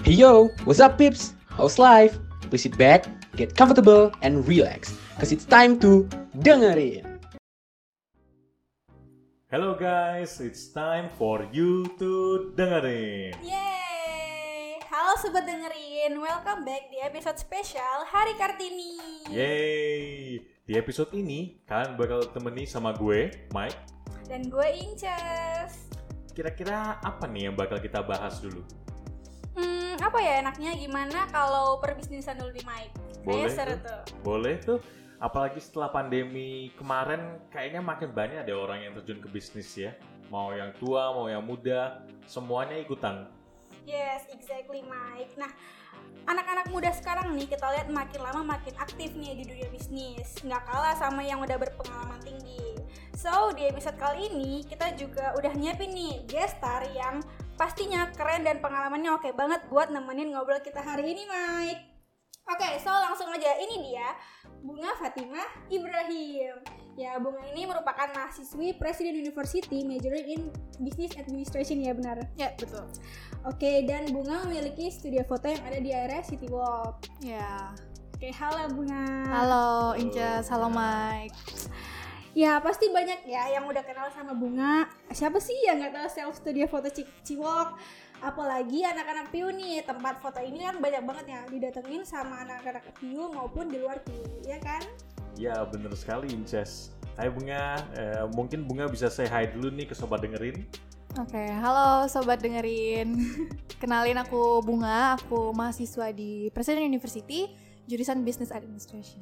Hey yo, what's up peeps? How's life? Please sit back, get comfortable, and relax. Cause it's time to dengerin. Hello guys, it's time for you to dengerin. Yeay! Halo Sobat Dengerin, welcome back di episode spesial Hari Kartini. Yeay! Di episode ini, kalian bakal temani sama gue, Mike. Dan gue Inces. Kira-kira apa nih yang bakal kita bahas dulu? Apa ya enaknya gimana kalau perbisnisan dulu di Mike? Boleh Kayaknya seru tuh. tuh. Boleh tuh. Apalagi setelah pandemi kemarin, kayaknya makin banyak ada orang yang terjun ke bisnis ya. Mau yang tua, mau yang muda, semuanya ikutan. Yes, exactly Mike. Nah, anak-anak muda sekarang nih kita lihat makin lama makin aktif nih di dunia bisnis. Nggak kalah sama yang udah berpengalaman tinggi. So, di episode kali ini kita juga udah nyiapin nih guest star yang pastinya keren dan pengalamannya oke banget buat nemenin ngobrol kita hari ini Mike. Oke, so langsung aja, ini dia Bunga Fatimah Ibrahim. Ya, Bunga ini merupakan mahasiswi Presiden University majoring in Business Administration, ya benar? Ya, betul. Oke, dan Bunga memiliki studio foto yang ada di area City Walk. Ya. Oke, halo Bunga. Halo Inces, halo Mike. Ya, pasti banyak ya yang udah kenal sama Bunga. Siapa sih yang nggak tahu self studio foto Ciwok? Apalagi anak-anak PIU nih, tempat foto ini kan banyak banget ya didatengin sama anak-anak PIU maupun di luar PIU, ya kan? Ya, bener sekali Inces. Hai Bunga, mungkin Bunga bisa say hi dulu nih ke Sobat Dengerin. Oke, halo Sobat Dengerin. Kenalin aku Bunga, aku mahasiswa di Presiden University, jurusan Business Administration.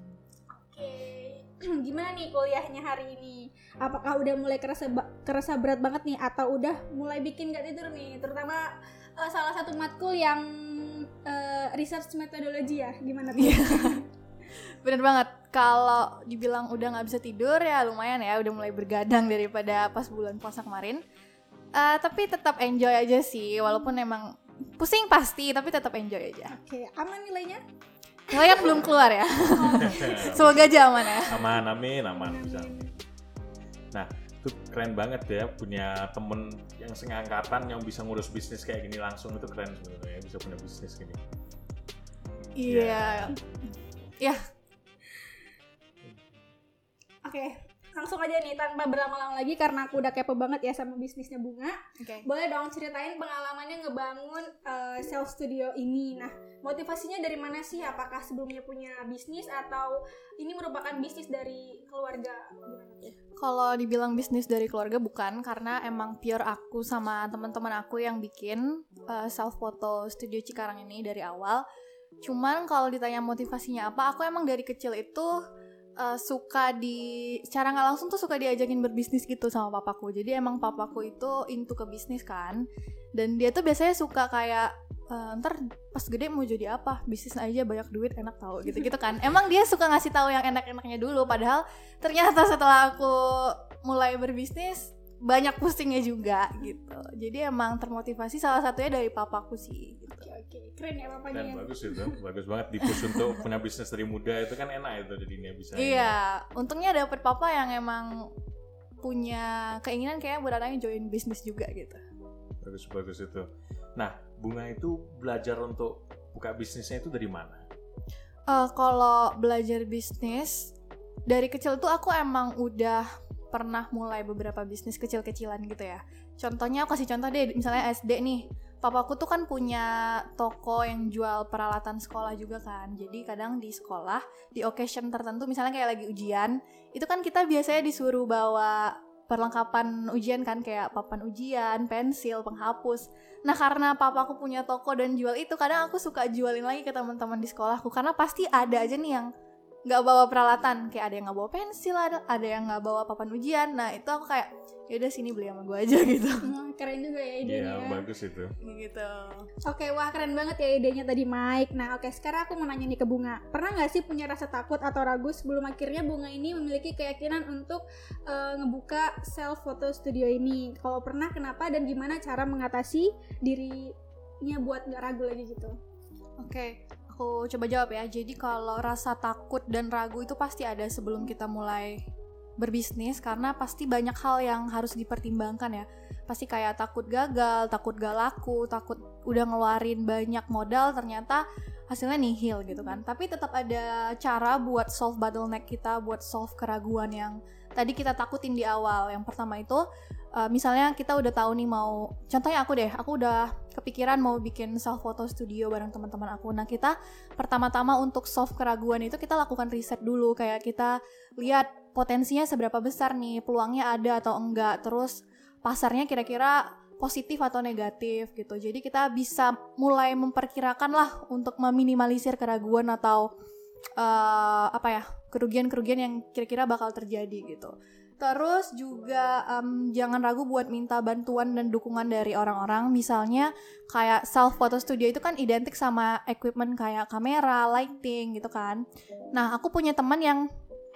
Gimana nih kuliahnya hari ini? Apakah udah mulai kerasa berat banget nih atau udah mulai bikin gak tidur nih? Terutama salah satu matkul yang research methodology ya, gimana tuh? Bener banget, kalau dibilang udah gak bisa tidur ya lumayan ya, udah mulai bergadang daripada pas bulan puasa kemarin. Tapi tetap enjoy aja sih, walaupun emang pusing pasti, tapi tetap enjoy aja. Oke, aman nilainya? Nilainya belum keluar ya. Semoga aja aman ya. Aman, amin. Bisa. Nah, itu keren banget ya punya temen yang seangkatan yang bisa ngurus bisnis kayak gini langsung, itu keren sebenarnya, bisa punya bisnis gini. Iya. Ya. Oke, langsung aja nih tanpa berlama-lama lagi karena aku udah kepo banget ya sama bisnisnya Bunga. Oke. Boleh dong ceritain pengalamannya ngebangun self studio ini. Nah, motivasinya dari mana sih? Apakah sebelumnya punya bisnis atau ini merupakan bisnis dari keluarga? Gimana tuh? Kalau dibilang bisnis dari keluarga bukan, karena emang pure aku sama teman-teman aku yang bikin self photo studio Cikarang ini dari awal. Cuman kalau ditanya motivasinya apa, aku emang dari kecil itu suka secara nggak langsung tuh suka diajakin berbisnis gitu sama papaku. Jadi emang papaku itu into ke bisnis kan, dan dia tuh biasanya suka kayak ntar pas gede mau jadi apa, bisnis aja banyak duit enak tahu gitu kan. Emang dia suka ngasih tahu yang enak-enaknya dulu, padahal ternyata setelah aku mulai berbisnis banyak pusingnya juga gitu. Jadi emang termotivasi salah satunya dari papaku sih gitu. Oke, keren ya papanya. Dan bagus itu, bagus banget di-push untuk punya bisnis dari muda, itu kan enak itu jadinya bisa. Iya, untungnya dapet papa yang emang punya keinginan kayak buat anaknya join bisnis juga gitu. Bagus itu. Nah, Bunga itu belajar untuk buka bisnisnya itu dari mana? Kalau belajar bisnis dari kecil tuh aku emang udah pernah mulai beberapa bisnis kecil-kecilan gitu ya. Contohnya aku kasih contoh deh, misalnya SD nih, papaku tuh kan punya toko yang jual peralatan sekolah juga kan. Jadi kadang di sekolah, di occasion tertentu misalnya kayak lagi ujian, itu kan kita biasanya disuruh bawa perlengkapan ujian kan, kayak papan ujian, pensil, penghapus. Nah, karena papaku punya toko dan jual itu, kadang aku suka jualin lagi ke teman-teman di sekolahku, karena pasti ada aja nih yang nggak bawa peralatan, kayak ada yang nggak bawa pensil, ada yang nggak bawa papan ujian. Nah, itu aku kayak yaudah sini beli sama gue aja gitu. Keren juga ya idenya. Iya, bagus itu. Gitu. Oke, wah keren banget ya idenya tadi Mike. Nah oke, sekarang aku mau nanya nih ke Bunga. Pernah gak sih punya rasa takut atau ragu sebelum akhirnya Bunga ini memiliki keyakinan untuk ngebuka self photo studio ini? Kalau pernah, kenapa dan gimana cara mengatasi dirinya buat gak ragu lagi gitu? Oke, aku coba jawab ya. Jadi kalau rasa takut dan ragu itu pasti ada sebelum kita mulai berbisnis karena pasti banyak hal yang harus dipertimbangkan ya. Pasti kayak takut gagal, takut gak laku, takut udah ngeluarin banyak modal ternyata hasilnya nihil gitu kan. Tapi tetap ada cara buat solve bottleneck kita, buat solve keraguan yang tadi kita takutin di awal. Yang pertama itu misalnya kita udah tahu nih mau, contohnya aku udah kepikiran mau bikin self photo studio bareng teman-teman aku. Nah kita pertama-tama untuk solve keraguan itu kita lakukan riset dulu, kayak kita lihat potensinya seberapa besar nih, peluangnya ada atau enggak, terus pasarnya kira-kira positif atau negatif gitu. Jadi kita bisa mulai memperkirakan lah untuk meminimalisir keraguan atau kerugian-kerugian yang kira-kira bakal terjadi gitu. Terus juga jangan ragu buat minta bantuan dan dukungan dari orang-orang. Misalnya kayak self photo studio itu kan identik sama equipment kayak kamera, lighting gitu kan. Nah aku punya teman yang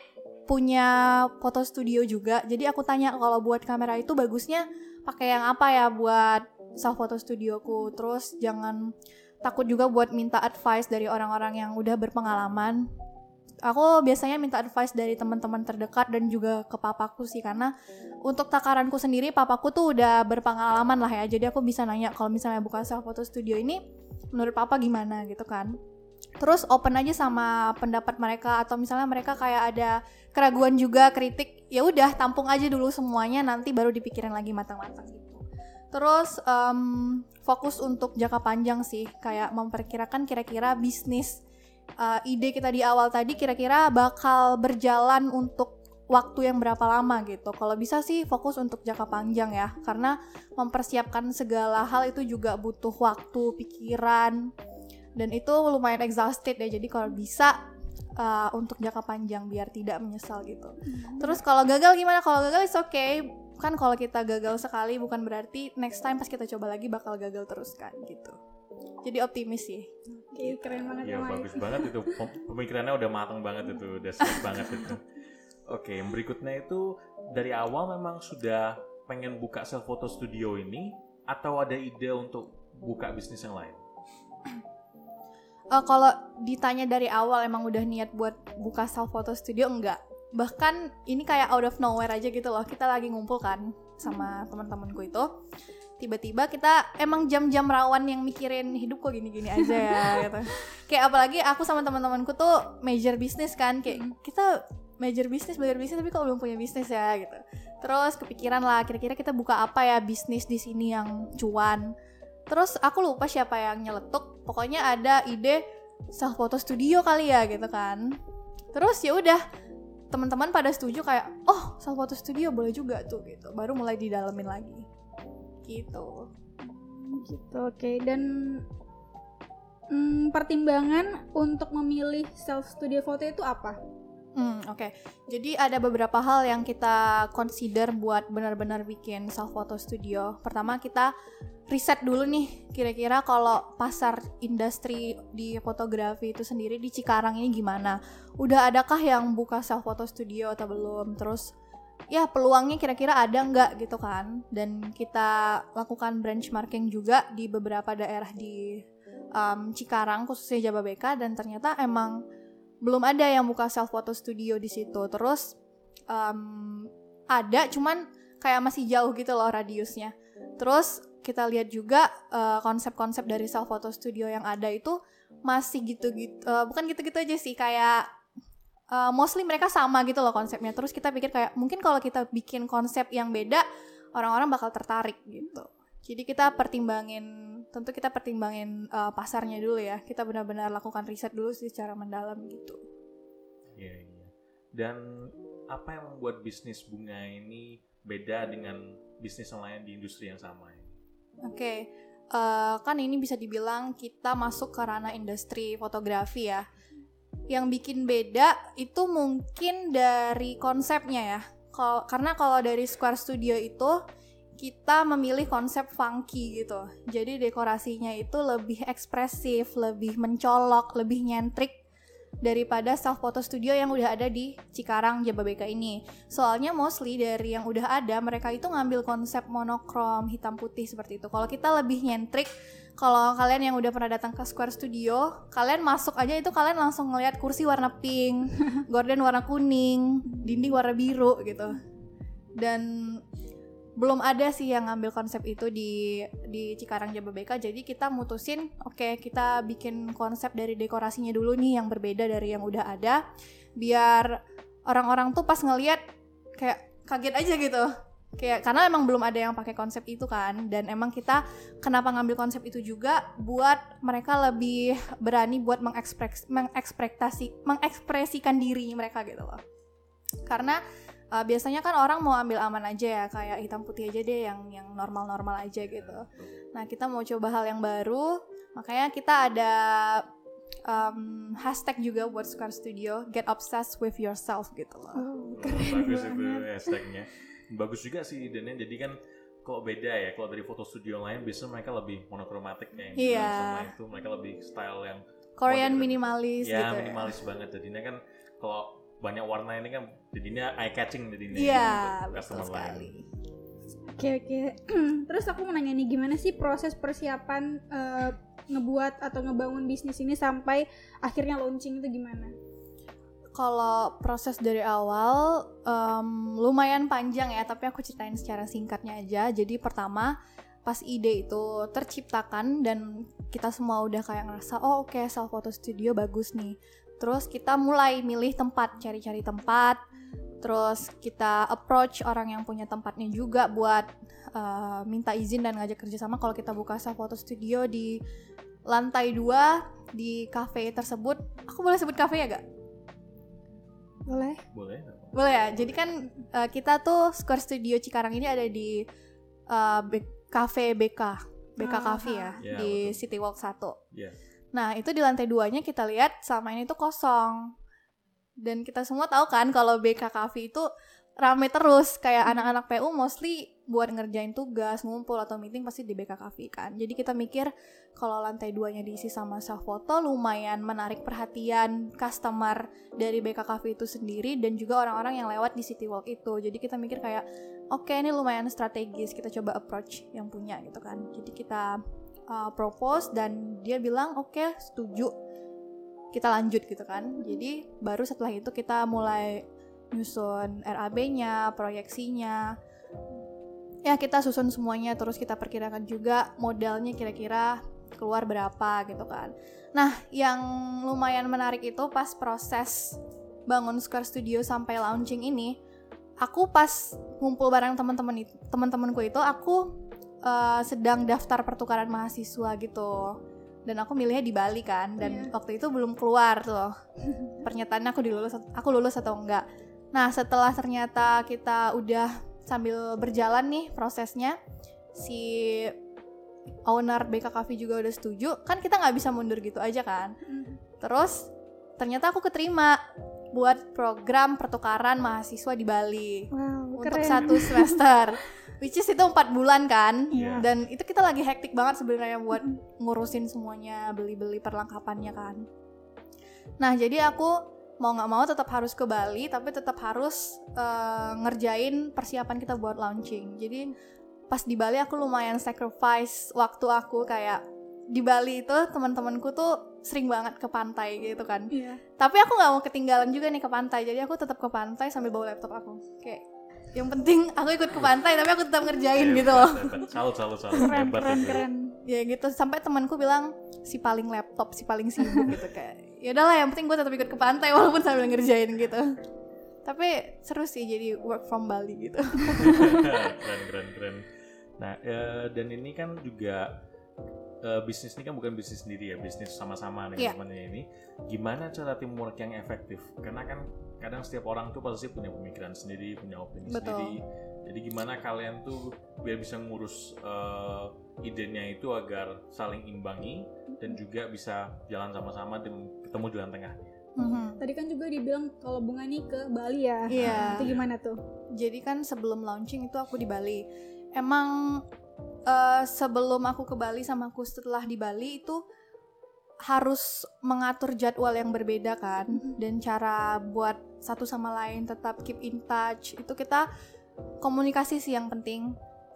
punya foto studio juga. Jadi aku tanya kalau buat kamera itu bagusnya pakai yang apa ya buat self photo studioku. Terus jangan takut juga buat minta advice dari orang-orang yang udah berpengalaman. Aku biasanya minta advice dari teman-teman terdekat dan juga ke papaku sih, karena untuk takaranku sendiri papaku tuh udah berpengalaman lah ya. Jadi aku bisa nanya kalau misalnya buka self photo studio ini menurut papa gimana gitu kan. Terus open aja sama pendapat mereka, atau misalnya mereka kayak ada keraguan juga, kritik, ya udah tampung aja dulu semuanya, nanti baru dipikirin lagi matang-matang gitu. Terus fokus untuk jangka panjang sih, kayak memperkirakan kira-kira bisnis ide kita di awal tadi kira-kira bakal berjalan untuk waktu yang berapa lama gitu. Kalau bisa sih fokus untuk jangka panjang ya, karena mempersiapkan segala hal itu juga butuh waktu, pikiran, dan itu lumayan exhausted ya. Jadi kalau bisa untuk jangka panjang biar tidak menyesal gitu. Terus kalau gagal gimana? Kalau gagal it's okay. Kan kalau kita gagal sekali bukan berarti next time pas kita coba lagi bakal gagal terus kan gitu. Jadi optimis sih. Oke, keren banget ya. Bagus banget itu. Pemikirannya udah matang banget itu, udah siap banget itu. Oke, yang berikutnya itu dari awal memang sudah pengen buka self photo studio ini atau ada ide untuk buka bisnis yang lain? Kalau ditanya dari awal emang udah niat buat buka self photo studio, enggak. Bahkan ini kayak out of nowhere aja gitu loh. Kita lagi ngumpul kan sama teman-temanku itu. Tiba-tiba kita emang jam-jam rawan yang mikirin hidup kok gini-gini aja ya gitu. Kayak apalagi aku sama teman-temanku tuh major bisnis kan. Kayak kita major bisnis, belajar bisnis tapi kok belum punya bisnis ya gitu. Terus kepikiran lah kira-kira kita buka apa ya bisnis di sini yang cuan. Terus aku lupa siapa yang nyeletuk, pokoknya ada ide self photo studio kali ya gitu kan. Terus ya udah teman-teman pada setuju kayak oh self photo studio boleh juga tuh gitu. Baru mulai didalemin lagi gitu. Gitu, oke. Dan pertimbangan untuk memilih self studio foto itu apa? Oke. Jadi ada beberapa hal yang kita consider buat benar-benar bikin self photo studio. Pertama kita riset dulu nih, kira-kira kalau pasar industri di fotografi itu sendiri di Cikarang ini gimana? Udah adakah yang buka self photo studio atau belum? Terus ya peluangnya kira-kira ada nggak gitu kan? Dan kita lakukan benchmarking juga di beberapa daerah di Cikarang khususnya Jababeka, dan ternyata emang belum ada yang buka self photo studio di situ. Terus ada cuman kayak masih jauh gitu loh radiusnya. Terus kita lihat juga konsep-konsep dari self photo studio yang ada itu masih gitu-gitu, bukan gitu-gitu aja sih, kayak mostly mereka sama gitu loh konsepnya. Terus kita pikir kayak mungkin kalau kita bikin konsep yang beda orang-orang bakal tertarik gitu. Jadi kita pertimbangin pasarnya dulu ya. Kita benar-benar lakukan riset dulu secara mendalam gitu. Iya. Dan apa yang membuat bisnis bunga ini beda dengan bisnis yang lain di industri yang sama ini? Oke. Kan ini bisa dibilang kita masuk ke ranah industri fotografi ya. Yang bikin beda itu mungkin dari konsepnya ya. Karena kalau dari Square Studio itu kita memilih konsep funky gitu. Jadi dekorasinya itu lebih ekspresif, lebih mencolok, lebih nyentrik daripada self photo studio yang udah ada di Cikarang, Jababeka ini. Soalnya mostly dari yang udah ada mereka itu ngambil konsep monokrom, hitam putih seperti itu. Kalau kita lebih nyentrik, Kalau kalian yang udah pernah datang ke Square Studio, kalian masuk aja itu kalian langsung ngeliat kursi warna pink, gorden warna kuning, dinding warna biru gitu. Dan belum ada sih yang ngambil konsep itu di Cikarang Jababeka. Jadi kita mutusin, oke, kita bikin konsep dari dekorasinya dulu nih yang berbeda dari yang udah ada, biar orang-orang tuh pas ngeliat kayak kaget aja gitu. Kayak karena emang belum ada yang pakai konsep itu kan, dan emang kita kenapa ngambil konsep itu juga buat mereka lebih berani buat mengekspresikan diri mereka gitu loh. Karena biasanya kan orang mau ambil aman aja ya, kayak hitam putih aja deh, yang normal-normal aja gitu. Nah, kita mau coba hal yang baru, makanya kita ada hashtag juga buat Square Studio, Get Obsessed with Yourself gitu loh. Bagus itu hashtagnya. Bagus juga sih idenya. Jadi kan kok beda ya, kalau dari foto studio lain biasanya mereka lebih monokromatik ya, sama itu mereka lebih style yang Korean minimalis ya, gitu minimalis banget. Jadinya kan kalau banyak warna ini kan jadinya eye catching jadinya. Iya, untuk betul customer sekali. Oke. Terus aku mau nanya nih, gimana sih proses persiapan ngebuat atau ngebangun bisnis ini sampai akhirnya launching itu gimana? Kalau proses dari awal lumayan panjang ya, tapi aku ceritain secara singkatnya aja. Jadi pertama pas ide itu terciptakan dan kita semua udah kayak ngerasa oke, self photo studio bagus nih. Terus kita mulai milih tempat, cari-cari tempat. Terus kita approach orang yang punya tempatnya juga buat minta izin dan ngajak kerjasama kalau kita buka self photo studio di lantai 2 di cafe tersebut. Aku boleh sebut cafe ya gak? Boleh ya. Jadi kan kita tuh Square Studio Cikarang ini ada di cafe BK Cafe ya, di betul. City Walk 1. Yeah. Nah, itu di lantai 2-nya kita lihat selama ini tuh kosong. Dan kita semua tahu kan kalau BK Cafe itu rame terus, kayak anak-anak PU mostly buat ngerjain tugas, ngumpul atau meeting pasti di BK Cafe kan. Jadi kita mikir kalau lantai 2-nya diisi sama self photo lumayan menarik perhatian customer dari BK Cafe itu sendiri dan juga orang-orang yang lewat di City Walk itu. Jadi kita mikir kayak oke, ini lumayan strategis, kita coba approach yang punya gitu kan. Jadi kita propose dan dia bilang oke, setuju, kita lanjut gitu kan. Jadi baru setelah itu kita mulai nyusun RAB-nya, proyeksinya. Ya kita susun semuanya, terus kita perkirakan juga modalnya kira-kira keluar berapa gitu kan. Nah, yang lumayan menarik itu pas proses bangun Square Studio sampai launching ini, aku pas ngumpul bareng teman-temanku itu aku sedang daftar pertukaran mahasiswa gitu. Dan aku milihnya di Bali kan, dan waktu itu belum keluar tuh pernyataannya aku lulus atau enggak. Nah, setelah ternyata kita udah sambil berjalan nih prosesnya, si owner BK Cafe juga udah setuju, kan kita nggak bisa mundur gitu aja kan. Terus ternyata aku keterima buat program pertukaran mahasiswa di Bali. Wow, untuk keren. 1 semester. Which is itu 4 bulan kan. Dan itu kita lagi hektik banget sebenarnya buat ngurusin semuanya, beli-beli perlengkapannya kan. Nah, jadi aku mau nggak mau tetap harus ke Bali, tapi tetap harus ngerjain persiapan kita buat launching. Jadi pas di Bali aku lumayan sacrifice waktu aku, kayak di Bali itu teman-temanku tuh sering banget ke pantai gitu kan. Tapi aku nggak mau ketinggalan juga nih ke pantai, jadi aku tetap ke pantai sambil bawa laptop aku. Kayak yang penting aku ikut ke pantai tapi aku tetap ngerjain gitu loh. Salut. Keren. Ya gitu, sampai temanku bilang si paling laptop, si paling sibuk gitu, kayak ya udahlah yang penting gue tetap ikut ke pantai walaupun sambil ngerjain gitu. Tapi seru sih jadi work from Bali gitu. Keren. Nah, dan ini kan juga bisnis ini kan bukan bisnis sendiri ya, bisnis sama-sama nih teman-temannya ini. Gimana cara teamwork yang efektif? Karena kan kadang setiap orang tuh pasti punya pemikiran sendiri, punya opini sendiri. Jadi gimana kalian tuh biar bisa ngurus idenya itu agar saling imbangi dan juga bisa jalan sama-sama dan ketemu jalan tengahnya. Tadi kan juga dibilang kalau Bunga nih ke Bali ya. Itu gimana tuh? Jadi kan sebelum launching itu aku di Bali. Emang sebelum aku ke Bali sama aku setelah di Bali itu harus mengatur jadwal yang berbeda kan. Dan cara buat satu sama lain tetap keep in touch itu kita komunikasi sih yang penting.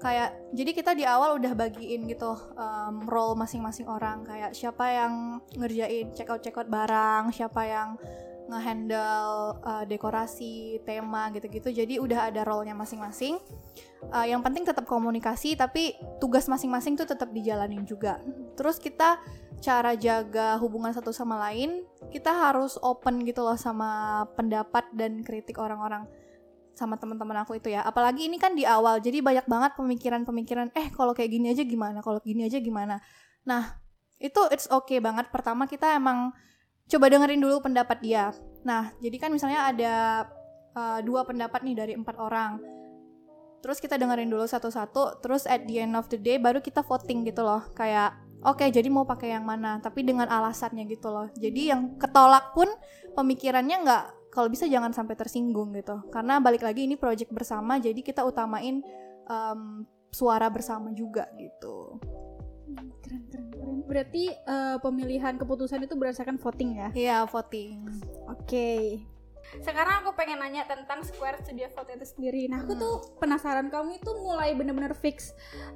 kayak jadi kita di awal udah bagiin gitu role masing-masing orang, kayak siapa yang ngerjain check out barang, siapa yang ngehandle dekorasi, tema gitu-gitu. Jadi udah ada role-nya masing-masing. Yang penting tetap komunikasi, tapi tugas masing-masing tuh tetap dijalanin juga. Terus kita cara jaga hubungan satu sama lain, kita harus open gitu loh sama pendapat dan kritik orang-orang, sama teman-teman aku itu ya. Apalagi ini kan di awal, jadi banyak banget pemikiran-pemikiran, kalau kayak gini aja gimana, kalau gini aja gimana. Nah, itu it's okay banget. Pertama kita emang coba dengerin dulu pendapat dia. Nah, jadi kan misalnya ada 2 pendapat nih dari 4 orang. Terus kita dengerin dulu satu-satu, terus at the end of the day baru kita voting gitu loh. Kayak, oke, jadi mau pakai yang mana, tapi dengan alasannya gitu loh. Jadi yang ketolak pun pemikirannya nggak, kalau bisa jangan sampai tersinggung gitu. Karena balik lagi ini project bersama, jadi kita utamain suara bersama juga gitu. Keren. Berarti pemilihan keputusan itu berdasarkan voting ya? Iya, voting. Oke. Sekarang aku pengen nanya tentang Square Studio Foto itu sendiri. Nah, aku tuh penasaran, kamu itu mulai bener-bener fix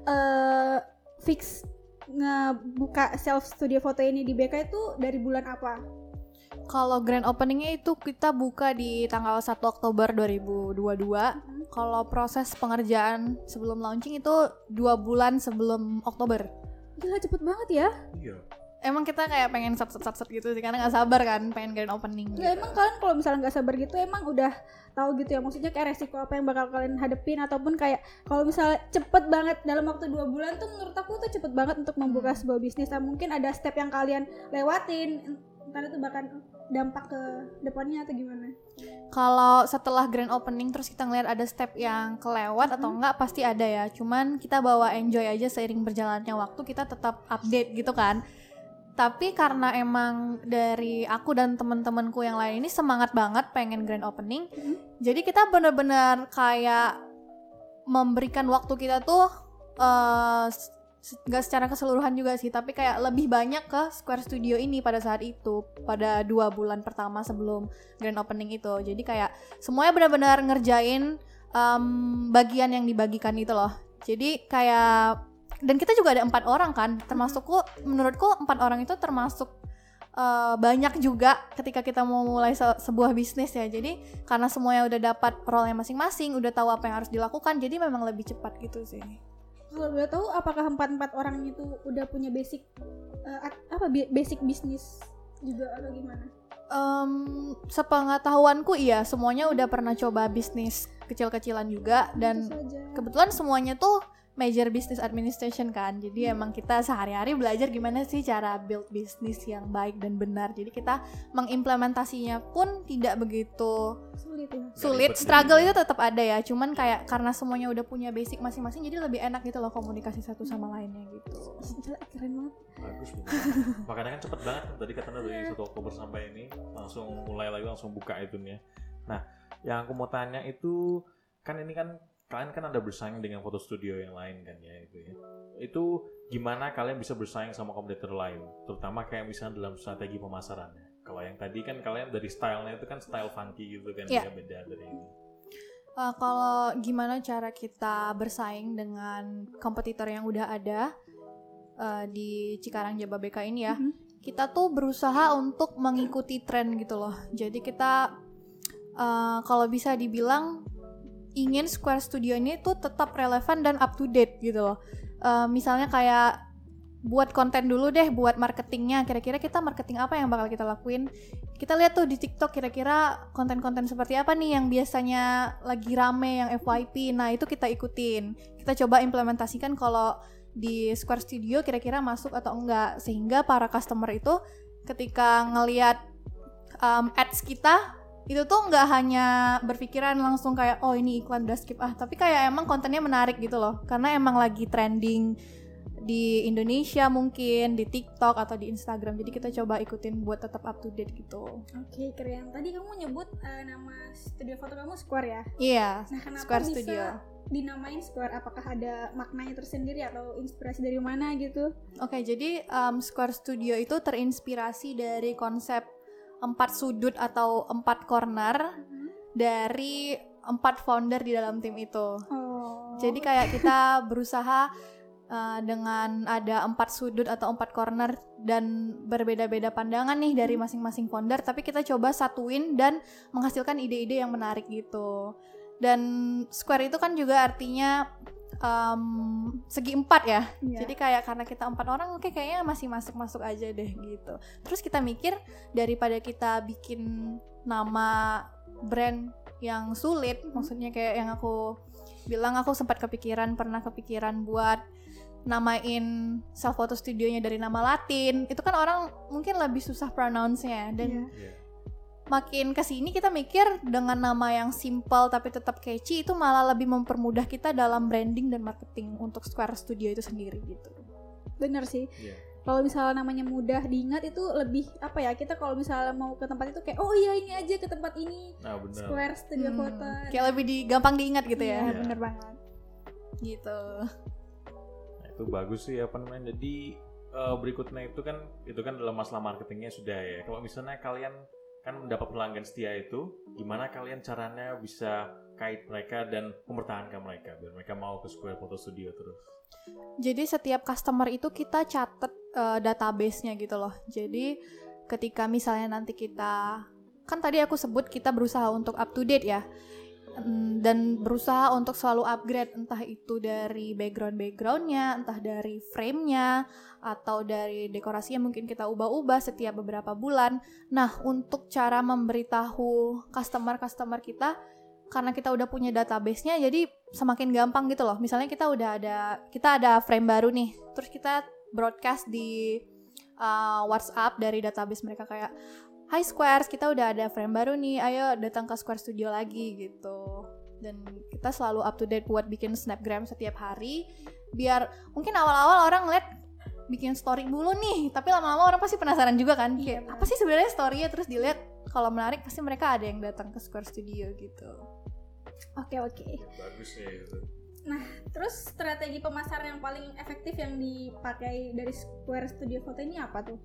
ngebuka self studio foto ini di BK itu dari bulan apa? Kalau grand openingnya itu kita buka di tanggal 1 Oktober 2022. Kalau proses pengerjaan sebelum launching itu 2 bulan sebelum Oktober. Gila, cepet banget ya. Iya. Emang kita kayak pengen sat gitu sih, karena gak sabar kan pengen grand opening Ya, gitu. emang kalian kalau misalnya gak sabar gitu emang udah tahu gitu ya, maksudnya kayak resiko apa yang bakal kalian hadepin, ataupun kayak kalau misalnya cepet banget dalam waktu 2 bulan tuh menurut aku tuh cepet banget untuk membuka sebuah bisnis. Nah, mungkin ada step yang kalian lewatin, entar itu bakal dampak ke depannya atau gimana? Kalau setelah grand opening terus kita ngeliat ada step yang kelewat atau enggak, pasti ada ya. Cuman kita bawa enjoy aja, seiring berjalannya waktu kita tetap update gitu kan. Tapi karena emang dari aku dan temen-temenku yang lain ini semangat banget pengen grand opening, jadi kita bener-bener kayak memberikan waktu kita tuh gak secara keseluruhan juga sih, tapi kayak lebih banyak ke Square Studio ini pada saat itu, pada 2 bulan pertama sebelum grand opening itu. Jadi kayak semuanya benar-benar ngerjain bagian yang dibagikan itu loh. Jadi kayak, dan kita juga ada 4 orang kan, termasukku, menurutku 4 orang itu termasuk banyak juga ketika kita mau mulai sebuah bisnis ya. Jadi karena semuanya udah dapat role-nya masing-masing, udah tahu apa yang harus dilakukan, jadi memang lebih cepat gitu sih. Kalau boleh tahu, apakah 4 orang itu udah punya basic basic bisnis juga atau gimana? Sepengetahuanku iya, semuanya udah pernah coba bisnis kecil-kecilan juga, dan kebetulan semuanya tuh major business administration kan. Jadi emang kita sehari-hari belajar gimana sih cara build bisnis yang baik dan benar. Jadi kita mengimplementasinya pun tidak begitu sulit. Struggle itu tetap ada ya, cuman kayak karena semuanya udah punya basic masing-masing, jadi lebih enak gitu loh komunikasi satu sama lainnya gitu. Keren banget. Bagus. Makanya kan cepet banget. Tadi katanya dari 1 Oktober sampai ini langsung mulai lagi, langsung buka itunya. Nah, yang aku mau tanya itu kan ini kan kalian kan ada bersaing dengan foto studio yang lain kan ya, itu ya. Itu gimana kalian bisa bersaing sama kompetitor lain, terutama kayak misalnya dalam strategi pemasarannya? Kalau yang tadi kan kalian dari stylenya itu kan style funky gitu kan, ya beda dari ini. Kalau gimana cara kita bersaing dengan kompetitor yang udah ada di Cikarang Jababeka ini ya, kita tuh berusaha untuk mengikuti tren gitu loh. Jadi kita kalau bisa dibilang ingin Square Studio ini tuh tetap relevan dan up to date gitu loh. Misalnya kayak buat konten dulu deh, buat marketingnya, kira-kira kita marketing apa yang bakal kita lakuin. Kita lihat tuh di TikTok kira-kira konten-konten seperti apa nih yang biasanya lagi rame, yang FYP. Nah itu kita ikutin, kita coba implementasikan kalau di Square Studio kira-kira masuk atau enggak, sehingga para customer itu ketika ngelihat ads kita itu tuh nggak hanya berpikiran langsung kayak oh ini iklan, udah skip tapi kayak emang kontennya menarik gitu loh, karena emang lagi trending di Indonesia, mungkin di TikTok atau di Instagram. Jadi kita coba ikutin buat tetap up to date gitu. Oke, keren. Tadi kamu nyebut nama studio foto kamu Square ya? Iya. Nah, kenapa Square bisa Studio dinamain Square? Apakah ada maknanya tersendiri atau inspirasi dari mana gitu? Oke, jadi Square Studio itu terinspirasi dari konsep 4 sudut atau 4 corner dari 4 founder di dalam tim itu. Jadi kayak kita berusaha dengan ada 4 sudut atau 4 corner dan berbeda-beda pandangan nih dari masing-masing founder, tapi kita coba satuin dan menghasilkan ide-ide yang menarik gitu. Dan square itu kan juga artinya segi 4 ya. Jadi kayak karena kita 4 orang, oke, kayaknya masih masuk aja deh gitu. Terus kita mikir daripada kita bikin nama brand yang sulit, maksudnya kayak yang aku bilang, aku sempat pernah kepikiran buat namain self photo studionya dari nama Latin. Itu kan orang mungkin lebih susah pronounce-nya, dan makin kesini kita mikir dengan nama yang simple tapi tetap catchy itu malah lebih mempermudah kita dalam branding dan marketing untuk Square Studio itu sendiri gitu. Bener sih. Kalau misalnya namanya mudah diingat itu lebih apa ya, kita kalau misalnya mau ke tempat itu kayak oh iya ini aja ke tempat ini. Nah, bener. Square Studio Foto. Kayak lebih gampang diingat gitu ya. Bener banget. Gitu. Nah, itu bagus sih apa namanya. Jadi berikutnya itu kan dalam masalah marketingnya sudah ya. Kalau misalnya kalian kan mendapat pelanggan setia itu, gimana kalian caranya bisa kait mereka dan mempertahankan mereka biar mereka mau ke Square Photo Studio terus? Jadi setiap customer itu kita catat database-nya gitu loh. Jadi ketika misalnya nanti kita, kan tadi aku sebut kita berusaha untuk up to date ya, dan berusaha untuk selalu upgrade, entah itu dari background-nya, entah dari frame-nya, atau dari dekorasinya mungkin kita ubah-ubah setiap beberapa bulan. Nah, untuk cara memberitahu customer kita, karena kita udah punya database-nya, jadi semakin gampang gitu loh. Misalnya kita ada frame baru nih, terus kita broadcast di WhatsApp dari database mereka kayak, "Hai Squares, kita udah ada frame baru nih, ayo datang ke Square Studio lagi," gitu. Dan kita selalu up to date buat bikin snapgram setiap hari, biar mungkin awal-awal orang ngeliat bikin story dulu nih, tapi lama-lama orang pasti penasaran juga kan, kayak apa sih sebenarnya story-nya, terus dilihat kalau menarik pasti mereka ada yang datang ke Square Studio gitu. Oke. Bagus ya itu. Nah, terus strategi pemasaran yang paling efektif yang dipakai dari Square Studio Foto ini apa tuh?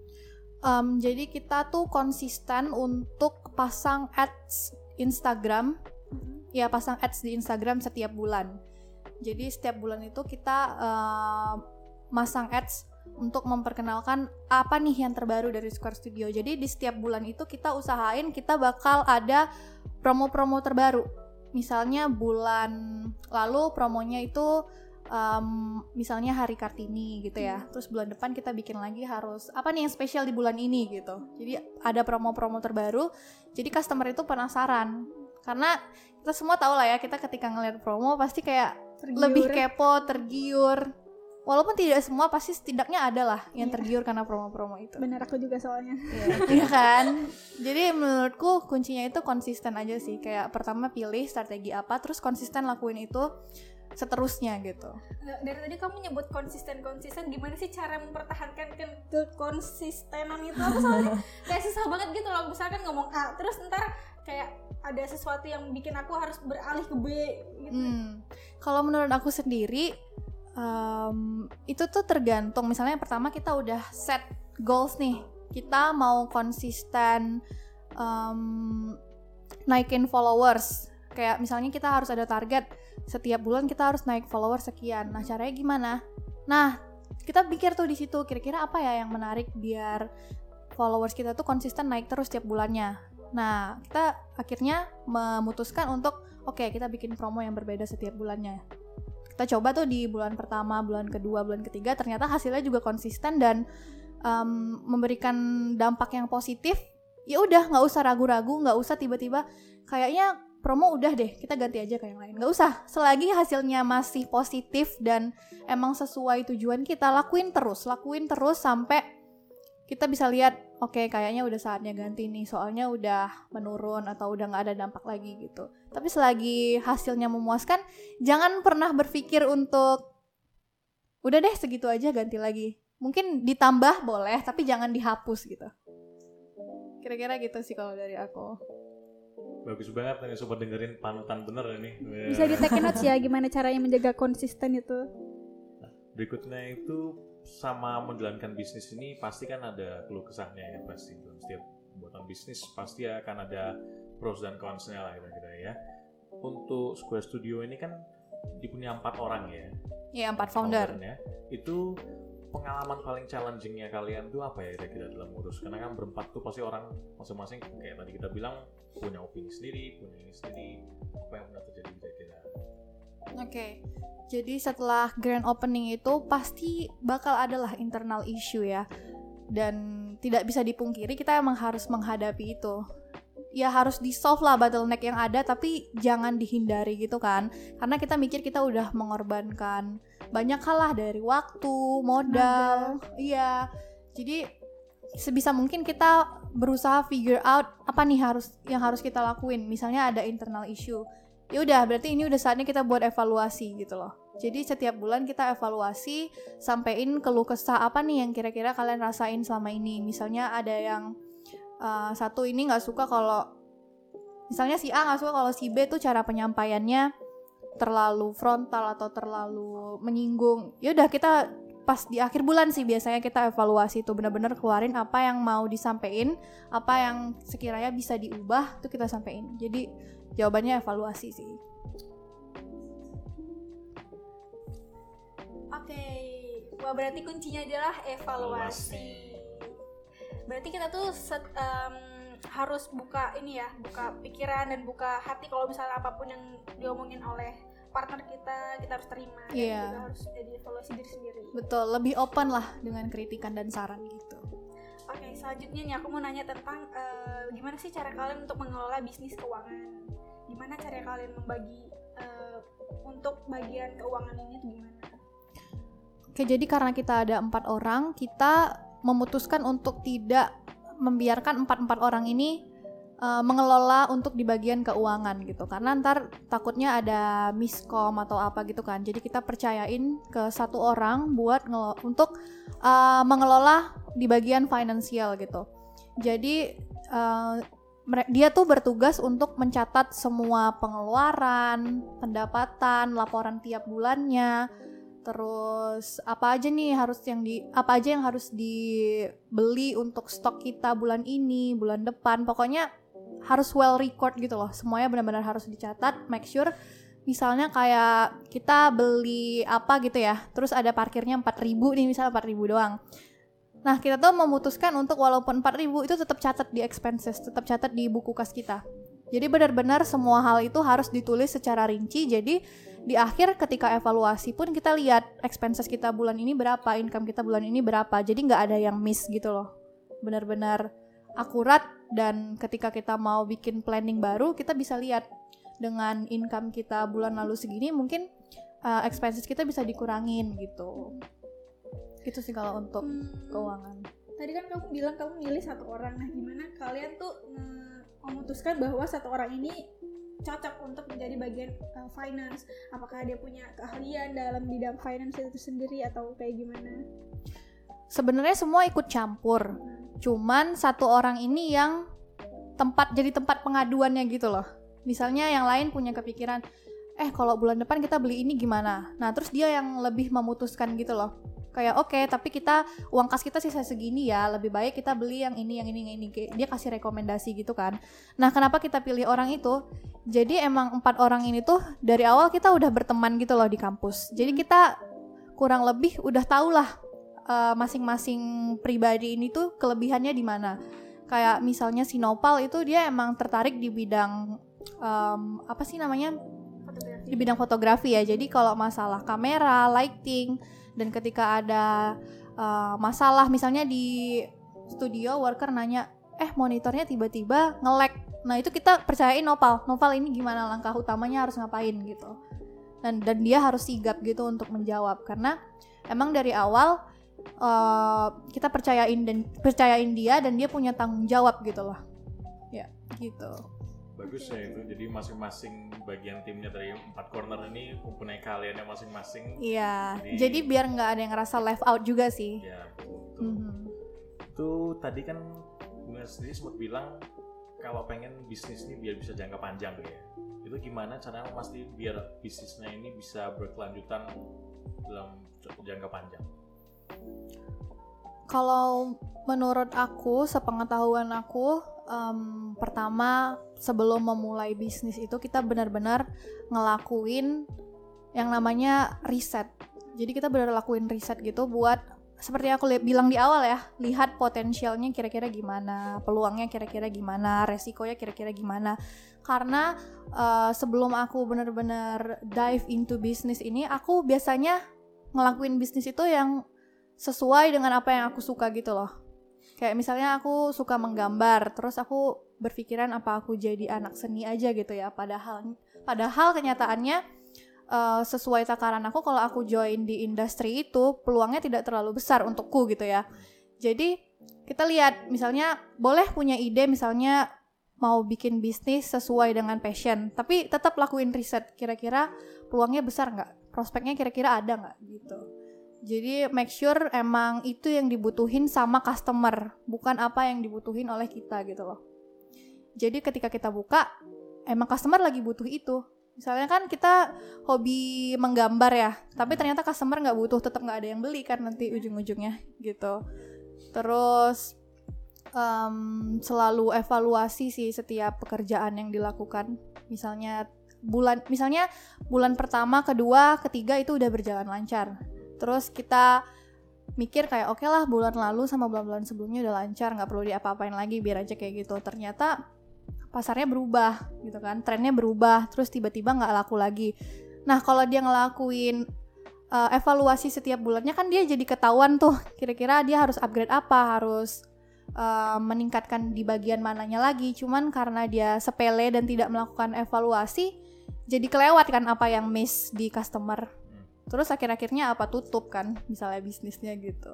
Jadi kita tuh konsisten untuk pasang ads Instagram, ya pasang ads di Instagram setiap bulan. Jadi setiap bulan itu kita masang ads untuk memperkenalkan apa nih yang terbaru dari Square Studio. Jadi di setiap bulan itu kita usahain kita bakal ada promo-promo terbaru. Misalnya bulan lalu promonya itu misalnya Hari Kartini gitu ya. Terus bulan depan kita bikin lagi harus apa nih yang spesial di bulan ini gitu. Jadi ada promo-promo terbaru. Jadi customer itu penasaran. Karena kita semua tahu lah ya, kita ketika ngeliat promo pasti kayak lebih kepo, tergiur. Walaupun tidak semua, pasti setidaknya ada lah yang tergiur karena promo-promo itu. Bener, aku juga soalnya. Iya kan? Jadi menurutku kuncinya itu konsisten aja sih. Kayak pertama pilih strategi apa, terus konsisten lakuin itu seterusnya gitu. Dari tadi kamu nyebut konsisten, gimana sih cara mempertahankan kekonsistenan itu? Aku soalnya kayak susah banget gitu loh. Misalkan ngomong A, terus ntar kayak ada sesuatu yang bikin aku harus beralih ke B gitu. Kalau menurut aku sendiri, itu tuh tergantung. Misalnya yang pertama kita udah set goals nih, kita mau konsisten naikin followers. Kayak misalnya kita harus ada target setiap bulan kita harus naik followers sekian. Nah caranya gimana? Nah kita pikir tuh di situ kira-kira apa ya yang menarik biar followers kita tuh konsisten naik terus setiap bulannya. Nah kita akhirnya memutuskan untuk oke, kita bikin promo yang berbeda setiap bulannya. Kita coba tuh di bulan pertama, bulan kedua, bulan ketiga, ternyata hasilnya juga konsisten dan memberikan dampak yang positif. Ya udah, nggak usah ragu-ragu, nggak usah tiba-tiba kayaknya promo udah deh, kita ganti aja ke yang lain. Nggak usah, selagi hasilnya masih positif dan emang sesuai tujuan kita, lakuin terus sampai kita bisa lihat, oke, kayaknya udah saatnya ganti nih, soalnya udah menurun atau udah nggak ada dampak lagi gitu. Tapi selagi hasilnya memuaskan, jangan pernah berpikir untuk udah deh segitu aja ganti lagi. Mungkin ditambah boleh, tapi jangan dihapus gitu. Kira-kira gitu sih kalau dari aku. Bagus banget nih, sobat dengerin panutan bener ini. Bisa di take notes ya gimana caranya menjaga konsisten itu. Nah, berikutnya itu sama menjalankan bisnis ini pasti kan ada keluh kesahnya ya, pasti dalam setiap pembuatan bisnis pasti akan ada pros dan cons-nya lah kira-kira ya. Untuk Square Studio ini kan punya 4 orang ya. Iya, 4 founder. Foundernya. Itu pengalaman paling challenging-nya kalian tuh apa ya kira-kira dalam ngurus? Karena kan berempat tuh pasti orang masing-masing kayak tadi kita bilang punya opini sendiri, punya ini sendiri. Apa yang pernah terjadi kira-kira? Oke. Jadi setelah grand opening itu pasti bakal adalah internal issue ya. Dan tidak bisa dipungkiri kita emang harus menghadapi itu. Ya harus di-solve lah bottleneck yang ada, tapi jangan dihindari gitu kan. Karena kita mikir kita udah mengorbankan banyak hal lah, dari waktu, modal. Iya. Jadi sebisa mungkin kita berusaha figure out apa nih yang harus kita lakuin. Misalnya ada internal issue. Ya udah, berarti ini udah saatnya kita buat evaluasi gitu loh. Jadi setiap bulan kita evaluasi, sampein keluh kesah apa nih yang kira-kira kalian rasain selama ini. Misalnya ada yang satu ini nggak suka kalau misalnya si A nggak suka kalau si B tuh cara penyampaiannya terlalu frontal atau terlalu menyinggung. Ya udah, kita pas di akhir bulan sih biasanya kita evaluasi tuh, benar-benar keluarin apa yang mau disampaikan, apa yang sekiranya bisa diubah tuh kita sampein. Jadi jawabannya evaluasi sih. Oke, wah berarti kuncinya adalah evaluasi. Berarti kita tuh harus buka pikiran dan buka hati kalau misalnya apapun yang diomongin oleh partner kita harus terima. Iya. Dan juga harus jadi evaluasi diri sendiri. Betul, lebih open lah dengan kritikan dan saran gitu. Oke, selanjutnya nih aku mau nanya tentang gimana sih cara kalian untuk mengelola bisnis keuangan? Gimana cara kalian membagi untuk bagian keuangan ini tuh gimana? Oke, jadi karena kita ada 4 orang, kita memutuskan untuk tidak membiarkan 4 orang ini mengelola untuk di bagian keuangan gitu, karena ntar takutnya ada miskom atau apa gitu kan. Jadi kita percayain ke 1 orang buat untuk mengelola di bagian finansial gitu. Jadi dia tuh bertugas untuk mencatat semua pengeluaran, pendapatan, laporan tiap bulannya. Terus apa aja yang harus dibeli untuk stok kita bulan ini, bulan depan. Pokoknya harus well record gitu loh. Semuanya benar-benar harus dicatat, make sure misalnya kayak kita beli apa gitu ya, terus ada parkirnya 4.000 nih, misalnya 4.000 doang. Nah, kita tuh memutuskan untuk walaupun 4.000 itu tetap catat di expenses, tetap catat di buku kas kita. Jadi benar-benar semua hal itu harus ditulis secara rinci. Jadi di akhir ketika evaluasi pun kita lihat expenses kita bulan ini berapa, income kita bulan ini berapa. Jadi nggak ada yang miss gitu loh. Benar-benar akurat, dan ketika kita mau bikin planning baru, kita bisa lihat dengan income kita bulan lalu segini, mungkin expenses kita bisa dikurangin gitu. Itu sih kalau untuk keuangan. Tadi kan kamu bilang kamu milih 1 orang. Nah, gimana kalian tuh memutuskan bahwa 1 orang ini cocok untuk menjadi bagian finance? Apakah dia punya keahlian dalam bidang finance itu sendiri atau kayak gimana? Sebenarnya semua ikut campur. Cuman 1 orang ini yang jadi tempat pengaduannya gitu loh. Misalnya yang lain punya kepikiran, kalau bulan depan kita beli ini gimana? Nah, terus dia yang lebih memutuskan gitu loh. Kayak oke, tapi uang kas kita sisa segini ya, lebih baik kita beli yang ini. Dia kasih rekomendasi gitu kan. Nah, kenapa kita pilih orang itu? Jadi emang 4 orang ini tuh dari awal kita udah berteman gitu loh di kampus. Jadi kita kurang lebih udah tahu lah masing-masing pribadi ini tuh kelebihannya di mana. Kayak misalnya si Nopal itu dia emang tertarik di bidang Fotografi. Di bidang fotografi ya. Jadi kalau masalah kamera, lighting, dan ketika ada masalah misalnya di studio, worker nanya, monitornya tiba-tiba nge-lag. Nah, itu kita percayain Nopal ini gimana, langkah utamanya harus ngapain gitu. Dan dia harus sigap gitu untuk menjawab, karena emang dari awal kita percayain dia, dan dia punya tanggung jawab gitu loh. Ya, gitu. Bagus ya itu. Jadi masing-masing bagian timnya dari 4 corner ini mempunyai keahliannya masing-masing. Iya. Jadi biar nggak ada yang ngerasa left out juga sih. Ya, betul. Itu tadi kan Bunga sendiri sempat bilang kalau pengen bisnis ini biar bisa jangka panjang ya. Itu gimana caranya pasti biar bisnisnya ini bisa berkelanjutan dalam jangka panjang? Kalau menurut aku, sepengetahuan aku, pertama sebelum memulai bisnis itu kita benar-benar ngelakuin yang namanya riset. Jadi kita benar lakuin riset gitu buat, seperti aku bilang di awal ya, lihat potensialnya kira-kira gimana, peluangnya kira-kira gimana, resikonya kira-kira gimana. Karena sebelum aku benar-benar dive into bisnis ini, aku biasanya ngelakuin bisnis itu yang sesuai dengan apa yang aku suka gitu loh. Kayak misalnya aku suka menggambar, terus aku berpikiran apa aku jadi anak seni aja gitu ya. Padahal kenyataannya sesuai takaran aku, kalau aku join di industri itu peluangnya tidak terlalu besar untukku gitu ya. Jadi kita lihat, misalnya boleh punya ide, misalnya mau bikin bisnis sesuai dengan passion, tapi tetap lakuin riset, kira-kira peluangnya besar nggak, prospeknya kira-kira ada nggak gitu. Jadi make sure emang itu yang dibutuhin sama customer, bukan apa yang dibutuhin oleh kita gitu loh. Jadi ketika kita buka, emang customer lagi butuh itu. Misalnya kan kita hobi menggambar ya, tapi ternyata customer nggak butuh, tetap nggak ada yang beli kan nanti ujung-ujungnya gitu. Terus selalu evaluasi sih setiap pekerjaan yang dilakukan. Misalnya bulan pertama, kedua, ketiga itu udah berjalan lancar. Terus kita mikir kayak oke lah, bulan lalu sama bulan-bulan sebelumnya udah lancar, nggak perlu diapa-apain lagi, biar aja kayak gitu. Ternyata pasarnya berubah gitu kan, trennya berubah, terus tiba-tiba nggak laku lagi. Nah kalau dia ngelakuin evaluasi setiap bulannya kan dia jadi ketahuan tuh, kira-kira dia harus upgrade apa, harus meningkatkan di bagian mananya lagi. Cuman karena dia sepele dan tidak melakukan evaluasi, jadi kelewat kan apa yang miss di customer. Terus akhir-akhirnya apa, tutup kan misalnya bisnisnya gitu.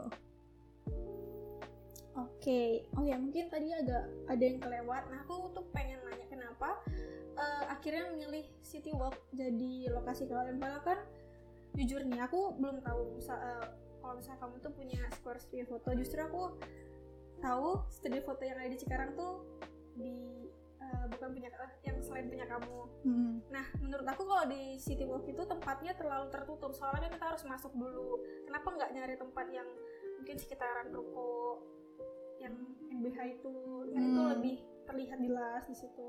Oke, mungkin tadi agak ada yang kelewat. Nah aku tuh pengen nanya kenapa akhirnya milih City Walk jadi lokasi kalian. Padahal kan jujur nih aku belum tahu kalau misalnya kamu tuh punya Square Studio Foto. Justru aku tahu studio foto yang ada di Cikarang tuh bukan punya yang selain punya kamu. Nah menurut aku kalau di City Walk itu tempatnya terlalu tertutup, soalnya kita harus masuk dulu. Kenapa nggak nyari tempat yang mungkin sekitaran ruko yang MBH itu, kan itu lebih terlihat jelas di situ.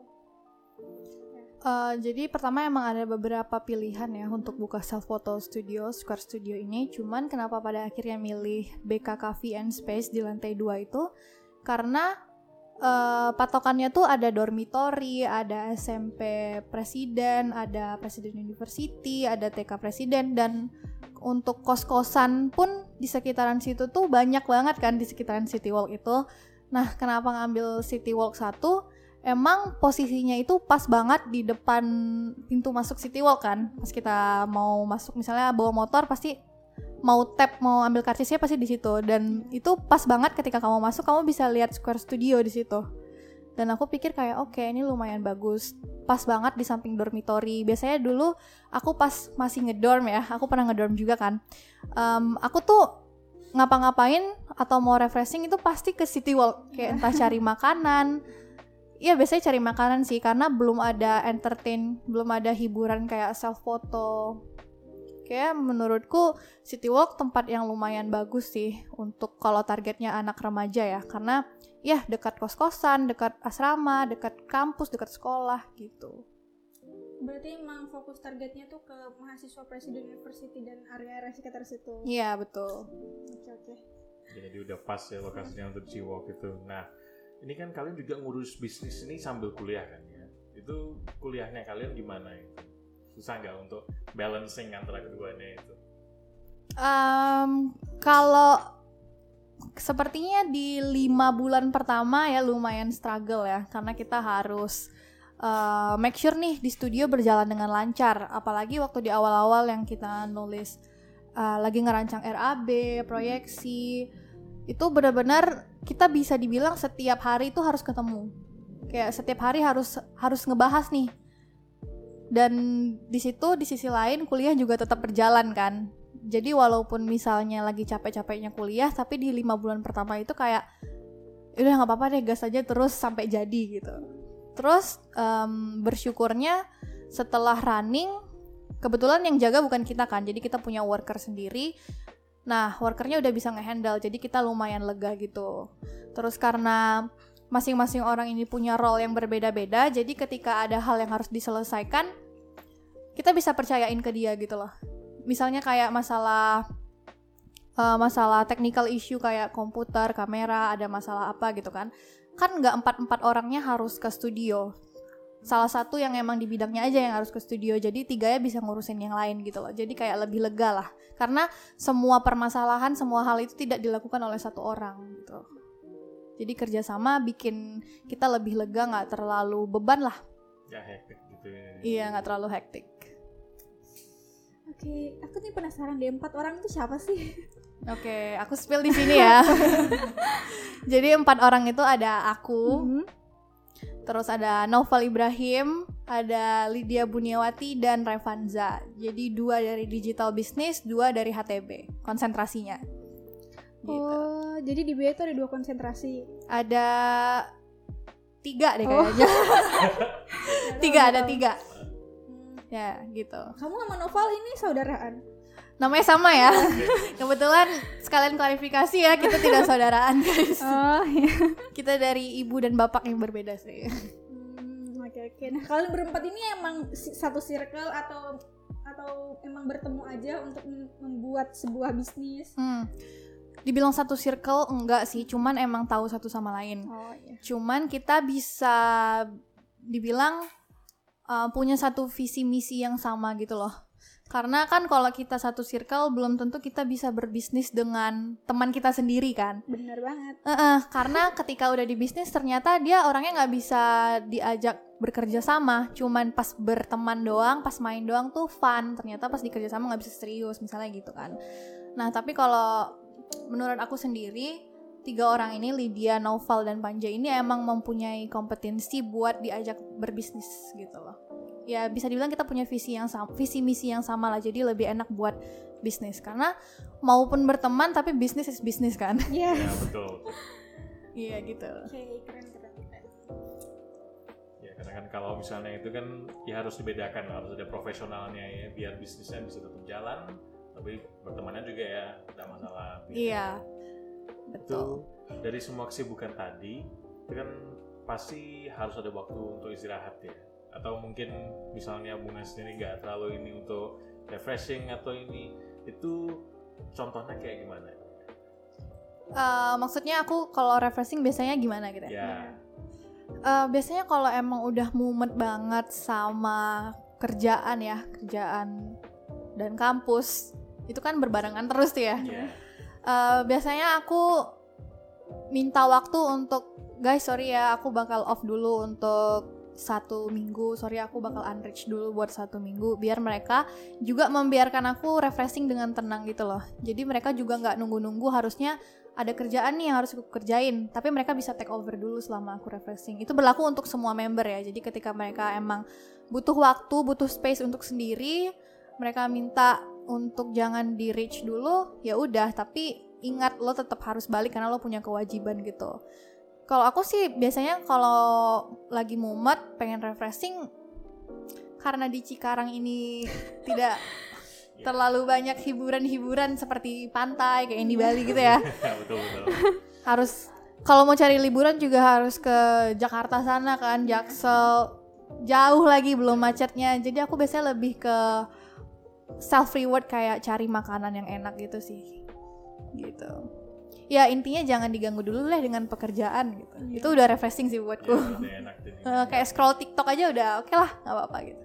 Jadi pertama emang ada beberapa pilihan ya untuk buka self photo studio, Square Studio ini. Cuman kenapa pada akhirnya milih BK Coffee and Space di lantai 2 itu, karena patokannya tuh ada dormitory, ada SMP Presiden, ada Presiden University, ada TK Presiden, dan untuk kos-kosan pun di sekitaran situ tuh banyak banget kan di sekitaran City Walk itu. Nah kenapa ngambil City Walk 1? Emang posisinya itu pas banget di depan pintu masuk City Walk kan. Pas kita mau masuk misalnya bawa motor, pasti mau tap, mau ambil karcisnya pasti di situ. Dan itu pas banget ketika kamu masuk, kamu bisa lihat Square Studio di situ. Dan aku pikir kayak oke, ini lumayan bagus. Pas banget di samping dormitory. Biasanya dulu aku pas masih ngedorm ya, aku pernah ngedorm juga kan. Aku tuh ngapa-ngapain atau mau refreshing itu pasti ke City Walk. Kayak entah cari makanan. Iya biasanya cari makanan sih, karena belum ada entertain, belum ada hiburan kayak self photo. Kayak menurutku City Walk tempat yang lumayan bagus sih untuk kalau targetnya anak remaja ya, karena ya dekat kos-kosan, dekat asrama, dekat kampus, dekat sekolah gitu. Berarti emang fokus targetnya tuh ke mahasiswa Presiden University dan area-area sekitar situ. Iya betul. Oke. Jadi udah pas ya lokasinya untuk City Walk itu. Nah ini kan kalian juga ngurus bisnis ini sambil kuliah kan ya? Itu kuliahnya kalian gimana itu? Susah nggak untuk balancing antara keduanya itu? Kalau sepertinya di 5 bulan pertama ya lumayan struggle ya, karena kita harus make sure nih di studio berjalan dengan lancar. Apalagi waktu di awal-awal yang kita nulis lagi ngerancang RAB, proyeksi, itu benar-benar kita bisa dibilang setiap hari itu harus ketemu. Kayak setiap hari harus ngebahas nih. Dan di situ di sisi lain kuliah juga tetap berjalan kan. Jadi walaupun misalnya lagi capek-capeknya kuliah, tapi di 5 bulan pertama itu kayak udah nggak apa-apa deh, gas aja terus sampai jadi gitu. Terus bersyukurnya setelah running, kebetulan yang jaga bukan kita kan, jadi kita punya worker sendiri. Nah workernya udah bisa ngehandle, jadi kita lumayan lega gitu. Terus karena masing-masing orang ini punya role yang berbeda-beda, jadi ketika ada hal yang harus diselesaikan, kita bisa percayain ke dia gitu loh. Misalnya kayak masalah technical issue kayak komputer, kamera, ada masalah apa gitu kan nggak 4 orangnya harus ke studio. Salah satu yang emang di bidangnya aja yang harus ke studio, jadi 3 bisa ngurusin yang lain gitu loh. Jadi kayak lebih lega lah, karena semua permasalahan, semua hal itu tidak dilakukan oleh 1 orang gitu. Jadi kerjasama bikin kita lebih lega, nggak terlalu beban lah. Ya hektik gitu ya. Iya, nggak terlalu hektik. Oke, aku nih penasaran deh, 4 orang itu siapa sih? Oke, aku spill di sini ya. Jadi 4 orang itu ada aku, terus ada Novel Ibrahim, ada Lydia Buniawati, dan Revanza. Jadi 2 dari digital business, 2 dari HTB konsentrasinya. Gitu. Oh, jadi di BI itu ada 2 konsentrasi. Ada 3 deh kayaknya. 3. Ya gitu. Kamu sama Novel ini saudaraan? Namanya sama ya. Kebetulan sekalian klarifikasi ya, kita tidak saudaraan guys. Oh iya. Kita dari ibu dan bapak yang berbeda sih. Oke. Nah, kalian berempat ini emang satu circle atau emang bertemu aja untuk membuat sebuah bisnis? Dibilang satu circle enggak sih, cuman emang tahu satu sama lain. Oh iya. Cuman kita bisa dibilang punya satu visi misi yang sama gitu loh. Karena kan kalau kita satu circle belum tentu kita bisa berbisnis dengan teman kita sendiri kan. Bener banget. Karena ketika udah di bisnis ternyata dia orangnya nggak bisa diajak bekerja sama. Cuman pas berteman doang, pas main doang tuh fun. Ternyata pas dikerja sama nggak bisa serius misalnya gitu kan. Nah tapi kalau menurut aku sendiri 3 orang ini, Lydia, Novel, dan Panja ini emang mempunyai kompetensi buat diajak berbisnis gitu loh. Ya bisa dibilang kita punya visi misi yang sama lah, jadi lebih enak buat bisnis karena maupun berteman tapi bisnis is bisnis kan. Iya. Ya betul. Iya gitu. Oke, keren. Ya karena kan kalau misalnya itu kan ya harus dibedakan, harus ada profesionalnya ya biar bisnisnya bisa tetap jalan, tapi bertemannya juga ya tidak masalah. Iya. Betul. Dari semua kesibukan tadi itu kan pasti harus ada waktu untuk istirahat ya. Atau mungkin misalnya Bunga sendiri nggak terlalu ini untuk refreshing atau ini, itu contohnya kayak gimana? Maksudnya aku kalau refreshing biasanya gimana gitu ya? Biasanya kalau emang udah mumet banget sama kerjaan dan kampus, itu kan berbarengan terus tuh ya. Biasanya aku minta waktu untuk guys, sorry ya aku bakal off dulu untuk 1 minggu, sorry aku bakal unreach dulu buat 1 minggu, biar mereka juga membiarkan aku refreshing dengan tenang gitu loh. Jadi mereka juga nggak nunggu-nunggu harusnya ada kerjaan nih yang harus aku kerjain, tapi mereka bisa take over dulu selama aku refreshing. Itu berlaku untuk semua member ya. Jadi ketika mereka emang butuh waktu, butuh space untuk sendiri, mereka minta untuk jangan di reach dulu, ya udah, tapi ingat lo tetap harus balik karena lo punya kewajiban gitu. Kalau aku sih biasanya kalau lagi mumet pengen refreshing, karena di Cikarang ini tidak terlalu banyak hiburan-hiburan seperti pantai kayak yang di Bali gitu ya. Betul. Harus kalau mau cari liburan juga harus ke Jakarta sana kan, Jaksel, jauh lagi belum macetnya. Jadi aku biasanya lebih ke self reward kayak cari makanan yang enak gitu sih. Gitu. Ya intinya jangan diganggu dulu lah dengan pekerjaan gitu. Itu udah refreshing sih buatku. Ya, enak, kayak scroll TikTok aja udah oke lah, nggak apa-apa gitu.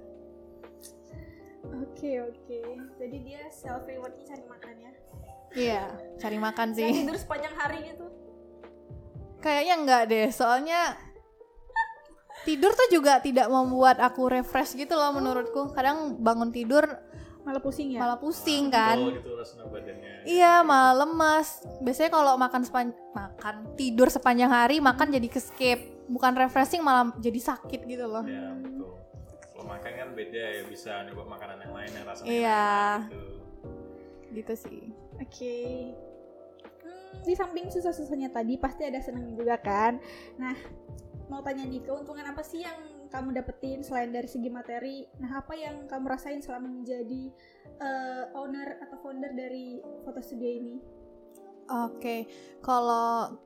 Oke. Jadi dia self rewardnya cari makan ya? Iya, cari makan sih. Saya tidur sepanjang hari gitu? Kayaknya enggak deh, soalnya tidur tuh juga tidak membuat aku refresh gitu loh menurutku. Kadang bangun tidur malah pusing ya? Malah pusing kan. Gitu rasanya badannya. Iya, malah lemas. Biasanya kalau tidur sepanjang hari, makan jadi ke-skip. Bukan refreshing, malah jadi sakit gitu loh. Ya, betul. Kalau makan kan beda ya, bisa nyoba makanan yang lain yang rasanya enak gitu. Gitu sih. Oke. Di samping susah-susahnya tadi pasti ada senangnya juga kan. Nah, mau tanya nih, keuntungan apa sih yang kamu dapetin selain dari segi materi? Nah, apa yang kamu rasain selama menjadi owner atau founder dari foto studio ini? Oke, kalau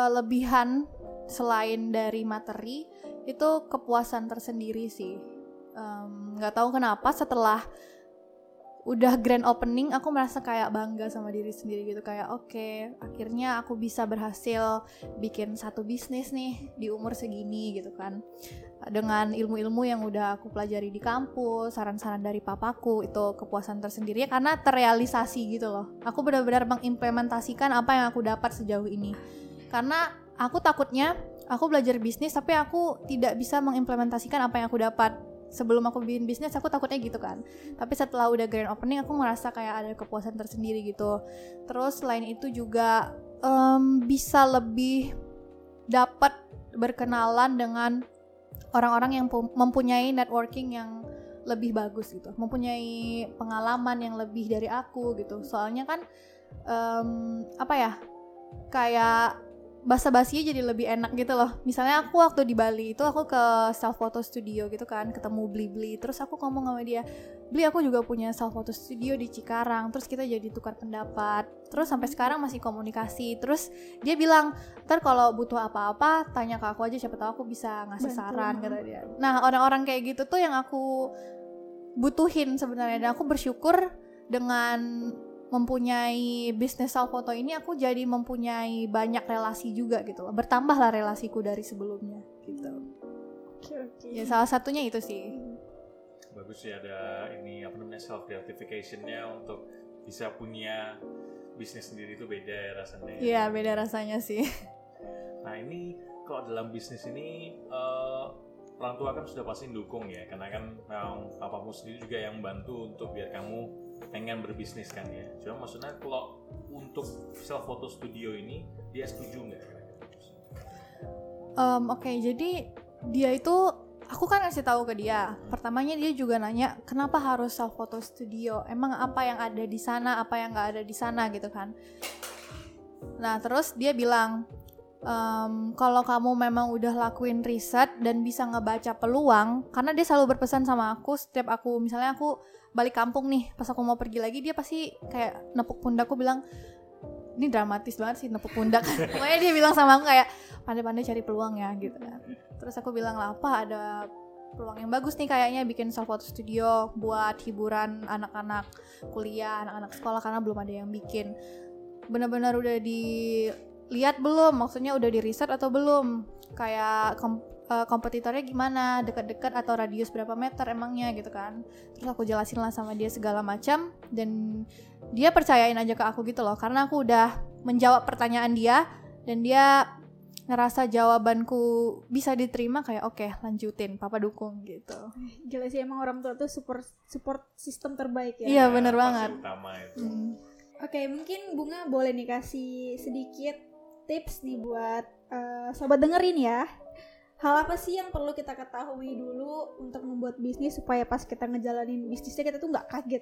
kelebihan selain dari materi itu kepuasan tersendiri sih. Nggak tahu kenapa setelah udah grand opening aku merasa kayak bangga sama diri sendiri gitu, kayak oke, akhirnya aku bisa berhasil bikin satu bisnis nih di umur segini gitu kan, dengan ilmu-ilmu yang udah aku pelajari di kampus, saran-saran dari papaku, itu kepuasan tersendiri karena terrealisasi gitu loh. Aku benar-benar mengimplementasikan apa yang aku dapat sejauh ini, karena aku takutnya aku belajar bisnis tapi aku tidak bisa mengimplementasikan apa yang aku dapat. Sebelum aku bikin bisnis aku takutnya gitu kan, tapi setelah udah grand opening aku ngerasa kayak ada kepuasan tersendiri gitu. Terus selain itu juga bisa lebih dapat berkenalan dengan orang-orang yang mempunyai networking yang lebih bagus gitu, mempunyai pengalaman yang lebih dari aku gitu. Soalnya kan kayak basa-basinya jadi lebih enak gitu loh. Misalnya aku waktu di Bali itu aku ke self photo studio gitu kan, ketemu Bli, terus aku ngomong sama dia, Bli aku juga punya self photo studio di Cikarang, terus kita jadi tukar pendapat, terus sampai sekarang masih komunikasi. Terus dia bilang, ntar kalau butuh apa-apa tanya ke aku aja, siapa tahu aku bisa ngasih saran, kata dia. Nah orang-orang kayak gitu tuh yang aku butuhin sebenarnya, dan aku bersyukur dengan mempunyai bisnis self photo ini aku jadi mempunyai banyak relasi juga gitu loh. Bertambahlah relasiku dari sebelumnya gitu. Oke. Ya salah satunya itu sih. Bagus ya, ada ini self gratification-nya untuk bisa punya bisnis sendiri itu beda ya rasanya. Iya, beda rasanya sih. Nah, ini kalau dalam bisnis ini orang tua kan sudah pasti dukung ya, karena kan papamu sendiri juga yang bantu untuk biar kamu pengen berbisnis kan ya. Cuma maksudnya kalau untuk self photo studio ini dia setuju nggak? Oke, jadi dia itu aku kan ngasih tahu ke dia. Pertamanya dia juga nanya kenapa harus self photo studio? Emang apa yang ada di sana, apa yang nggak ada di sana gitu kan? Nah terus dia bilang, kalau kamu memang udah lakuin riset dan bisa ngebaca peluang, karena dia selalu berpesan sama aku setiap aku misalnya aku balik kampung nih, pas aku mau pergi lagi dia pasti kayak nepuk pundakku bilang, ini dramatis banget sih nepuk pundak. Pokoknya dia bilang sama aku kayak pandai-pandai cari peluang ya gitu kan. Terus aku bilang lah, apa ada peluang yang bagus nih kayaknya bikin self photo studio buat hiburan anak-anak kuliah, anak-anak sekolah, karena belum ada yang bikin. Benar-benar udah dilihat belum? Maksudnya udah di riset atau belum? Kayak kompetitornya gimana, dekat-dekat atau radius berapa meter emangnya gitu kan. Terus aku jelasin lah sama dia segala macam, dan dia percayain aja ke aku gitu loh, karena aku udah menjawab pertanyaan dia dan dia ngerasa jawabanku bisa diterima, kayak oke, lanjutin, papa dukung gitu. Gila sih, emang orang tua tuh support sistem terbaik ya. Iya bener banget. Utama itu. Oke, mungkin Bunga boleh nih kasih sedikit tips nih buat sobat dengerin ya. Hal apa sih yang perlu kita ketahui dulu untuk membuat bisnis supaya pas kita ngejalanin bisnisnya kita tuh nggak kaget?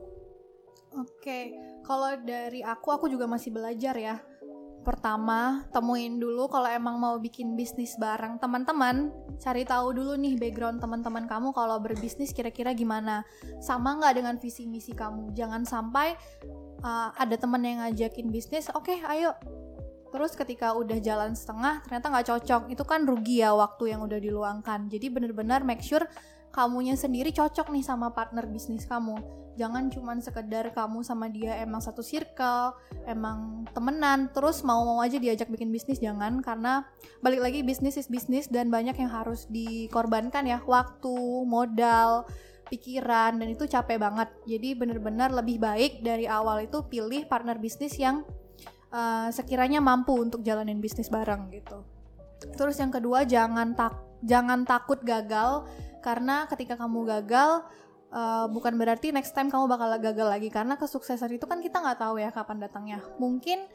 Oke, kalau dari aku juga masih belajar ya. Pertama, temuin dulu kalau emang mau bikin bisnis bareng teman-teman, cari tahu dulu nih background teman-teman kamu kalau berbisnis kira-kira gimana, sama nggak dengan visi misi kamu. Jangan sampai ada teman yang ngajakin bisnis, oke, ayo. Terus ketika udah jalan setengah ternyata nggak cocok, itu kan rugi ya waktu yang udah diluangkan. Jadi benar-benar make sure kamunya sendiri cocok nih sama partner bisnis kamu. Jangan cuman sekedar kamu sama dia emang satu circle, emang temenan, terus mau-mau aja diajak bikin bisnis, jangan. Karena balik lagi bisnis is bisnis dan banyak yang harus dikorbankan ya, waktu, modal, pikiran, dan itu capek banget. Jadi benar-benar lebih baik dari awal itu pilih partner bisnis yang sekiranya mampu untuk jalanin bisnis bareng gitu. Terus yang kedua, jangan takut gagal, karena ketika kamu gagal bukan berarti next time kamu bakal gagal lagi, karena kesuksesan itu kan kita nggak tahu ya kapan datangnya. Mungkin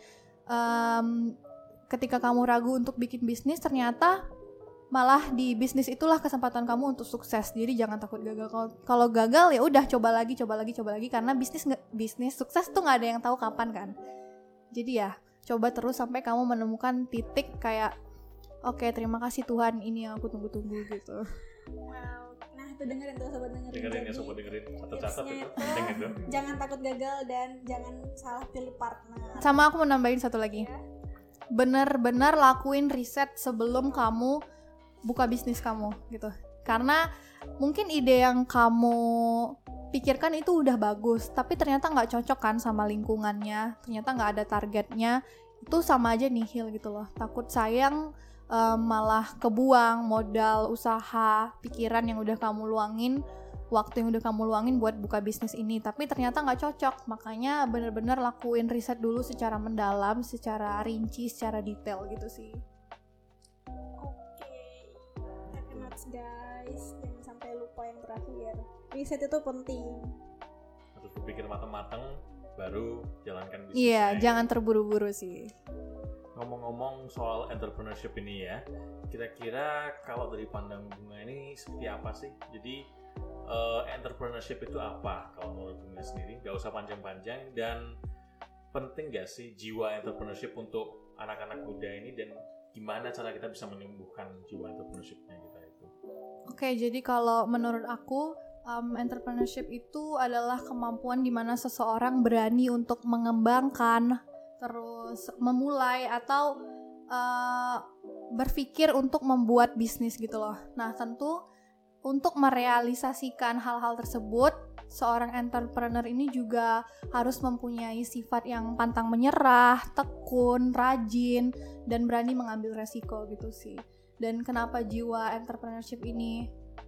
ketika kamu ragu untuk bikin bisnis, ternyata malah di bisnis itulah kesempatan kamu untuk sukses. Jadi jangan takut gagal. Kalau gagal ya udah coba lagi, karena bisnis sukses tuh nggak ada yang tahu kapan kan. Jadi ya coba terus sampai kamu menemukan titik kayak oke, terima kasih Tuhan, ini yang aku tunggu-tunggu gitu. Wow, nah itu dengerin tuh sobat dengerin. Dengerin ya sobat, dengerin. Catat itu, penting itu. Jangan takut gagal dan jangan salah pilih partner. Sama aku mau nambahin satu lagi. Bener-bener lakuin riset sebelum kamu buka bisnis kamu gitu. Karena mungkin ide yang kamu pikirkan itu udah bagus, tapi ternyata nggak cocok kan sama lingkungannya, ternyata nggak ada targetnya, itu sama aja nihil gitu loh. Takut sayang, malah kebuang modal, usaha, pikiran yang udah kamu luangin, waktu yang udah kamu luangin buat buka bisnis ini, tapi ternyata nggak cocok. Makanya bener-bener lakuin riset dulu secara mendalam, secara rinci, secara detail gitu sih. Oke, take notes guys, jangan sampai lupa yang terakhir. Riset itu penting. Harus berpikir matang-matang baru jalankan bisnis. Iya, jangan terburu-buru sih. Ngomong-ngomong soal entrepreneurship ini ya, kira-kira kalau dari pandang Bunga ini seperti apa sih? Jadi entrepreneurship itu apa kalau menurut Bunga sendiri? Gak usah panjang-panjang, dan penting gak sih jiwa entrepreneurship untuk anak-anak muda ini, dan gimana cara kita bisa menumbuhkan jiwa entrepreneurship-nya kita itu? Oke, jadi kalau menurut aku entrepreneurship itu adalah kemampuan di mana seseorang berani untuk mengembangkan, terus memulai atau berpikir untuk membuat bisnis gitu loh. Nah, tentu untuk merealisasikan hal-hal tersebut, seorang entrepreneur ini juga harus mempunyai sifat yang pantang menyerah, tekun, rajin, dan berani mengambil resiko gitu sih. Dan kenapa jiwa entrepreneurship ini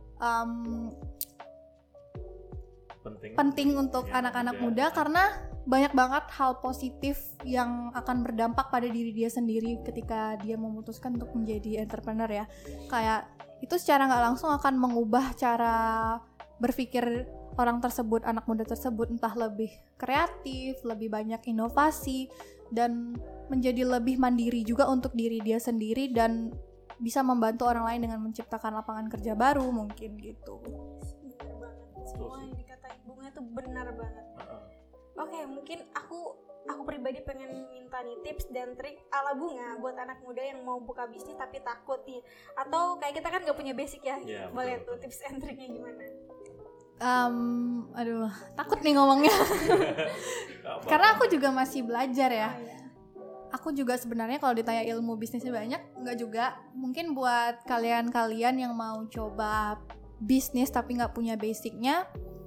penting untuk anak-anak muda, karena banyak banget hal positif yang akan berdampak pada diri dia sendiri ketika dia memutuskan untuk menjadi entrepreneur ya. Kayak itu secara nggak langsung akan mengubah cara berpikir orang tersebut, anak muda tersebut, entah lebih kreatif, lebih banyak inovasi, dan menjadi lebih mandiri juga untuk diri dia sendiri, dan bisa membantu orang lain dengan menciptakan lapangan kerja baru mungkin gitu. Bener banget, semua yang dikatain Bunga itu benar banget. Oke, mungkin aku pribadi pengen minta nih tips dan trik ala Bunga buat anak muda yang mau buka bisnis tapi takut nih, atau kayak kita kan nggak punya basic ya. Boleh tuh tips and triknya gimana? Aduh, takut nih ngomongnya. Karena aku juga masih belajar ya. Aku juga sebenarnya kalau ditanya ilmu bisnisnya banyak, enggak juga. Mungkin buat kalian-kalian yang mau coba bisnis tapi nggak punya basicnya,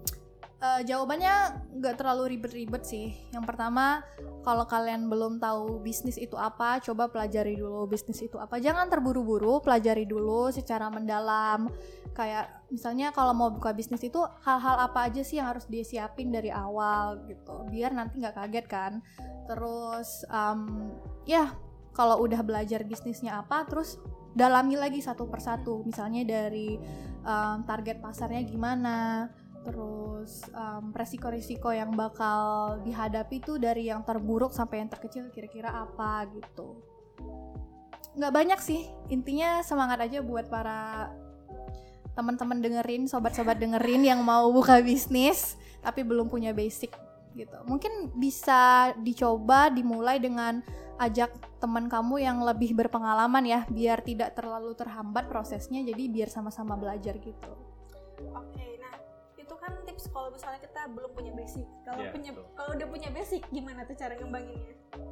jawabannya nggak terlalu ribet-ribet sih. Yang pertama, kalau kalian belum tahu bisnis itu apa, coba pelajari dulu bisnis itu apa. Jangan terburu-buru, pelajari dulu secara mendalam. Kayak misalnya kalau mau buka bisnis itu, hal-hal apa aja sih yang harus dia siapin dari awal gitu, biar nanti nggak kaget kan. Terus ya kalau udah belajar bisnisnya apa, terus dalami lagi satu persatu. Misalnya dari target pasarnya gimana, terus resiko-resiko yang bakal dihadapi tuh dari yang terburuk sampai yang terkecil kira-kira apa gitu. Nggak banyak sih, intinya semangat aja buat para teman-teman dengerin, sobat-sobat dengerin yang mau buka bisnis tapi belum punya basic gitu. Mungkin bisa dicoba dimulai dengan ajak teman kamu yang lebih berpengalaman ya, biar tidak terlalu terhambat prosesnya, jadi biar sama-sama belajar gitu. Oke, nah itu kan tips kalau misalnya kita belum punya basic. Kalau udah punya basic, gimana tuh cara ngembanginnya?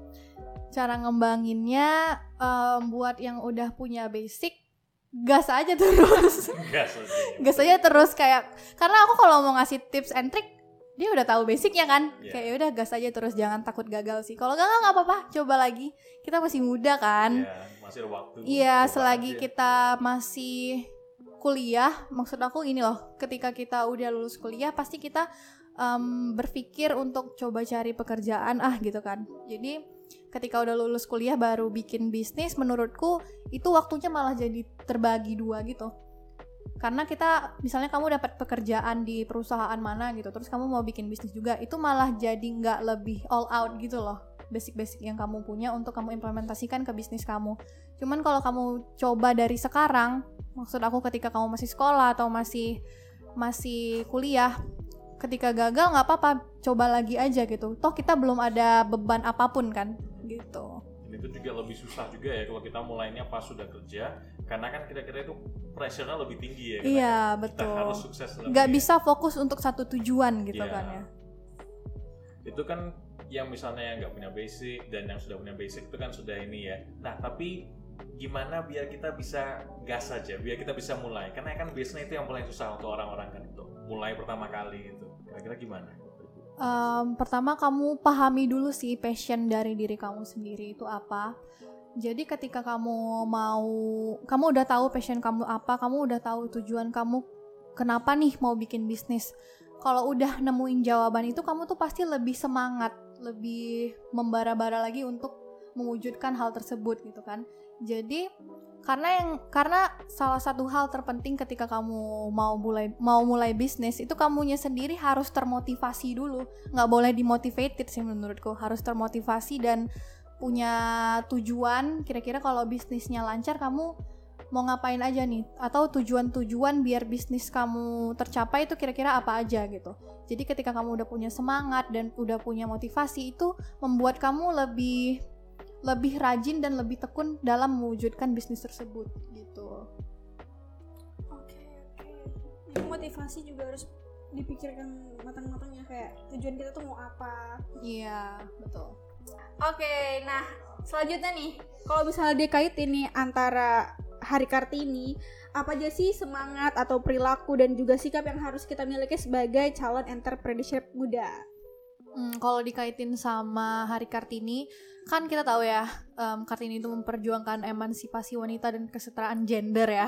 Cara ngembanginnya buat yang udah punya basic, gas aja terus. Gas aja terus, kayak karena aku kalau mau ngasih tips and trick, dia udah tahu basicnya kan, kayak udah gas aja terus, jangan takut gagal sih. Kalau gagal nggak apa-apa, coba lagi. Kita masih muda kan. Masih ada waktu. Iya, selagi kita masih kuliah, maksud aku ini loh, ketika kita udah lulus kuliah pasti kita berpikir untuk coba cari pekerjaan gitu kan. Jadi ketika udah lulus kuliah baru bikin bisnis, menurutku itu waktunya malah jadi terbagi dua gitu. Karena kita, misalnya kamu dapat pekerjaan di perusahaan mana gitu, terus kamu mau bikin bisnis juga, itu malah jadi nggak lebih all out gitu loh, basic-basic yang kamu punya untuk kamu implementasikan ke bisnis kamu. Cuman kalau kamu coba dari sekarang, maksud aku ketika kamu masih sekolah atau masih kuliah, ketika gagal nggak apa-apa, coba lagi aja gitu. Toh kita belum ada beban apapun kan, gitu. Dan itu juga lebih susah juga ya kalau kita mulainya pas sudah kerja, karena kan kira-kira itu pressure-nya lebih tinggi ya. Iya, betul. Kita harus sukses. Nggak bisa fokus untuk satu tujuan gitu kan ya. Itu kan yang misalnya yang nggak punya basic dan yang sudah punya basic itu kan sudah ini ya. Nah, tapi gimana biar kita bisa gas aja, biar kita bisa mulai. Karena kan biasanya itu yang paling susah untuk orang-orang kan, untuk mulai pertama kali itu. Kira-kira gimana? Pertama kamu pahami dulu sih passion dari diri kamu sendiri itu apa. Jadi ketika kamu udah tahu passion kamu apa, kamu udah tahu tujuan kamu kenapa nih mau bikin bisnis. Kalau udah nemuin jawaban itu, kamu tuh pasti lebih semangat, lebih membara-bara lagi untuk mewujudkan hal tersebut gitu kan. Jadi karena salah satu hal terpenting ketika kamu mau mulai bisnis itu kamunya sendiri harus termotivasi dulu. Nggak boleh dimotivated sih menurutku, harus termotivasi dan punya tujuan. Kira-kira kalau bisnisnya lancar, kamu mau ngapain aja nih, atau tujuan-tujuan biar bisnis kamu tercapai itu kira-kira apa aja gitu. Jadi ketika kamu udah punya semangat dan udah punya motivasi, itu membuat kamu lebih rajin dan lebih tekun dalam mewujudkan bisnis tersebut gitu. Oke. Jadi motivasi juga harus dipikirkan matang-matang ya, kayak tujuan kita tuh mau apa. Iya, betul. Oke, nah selanjutnya nih, kalau misalnya dikaitin nih antara Hari Kartini, apa aja sih semangat atau perilaku dan juga sikap yang harus kita miliki sebagai calon entrepreneurship muda? Kalau dikaitin sama Hari Kartini, kan kita tahu ya, Kartini itu memperjuangkan emansipasi wanita dan kesetaraan gender ya.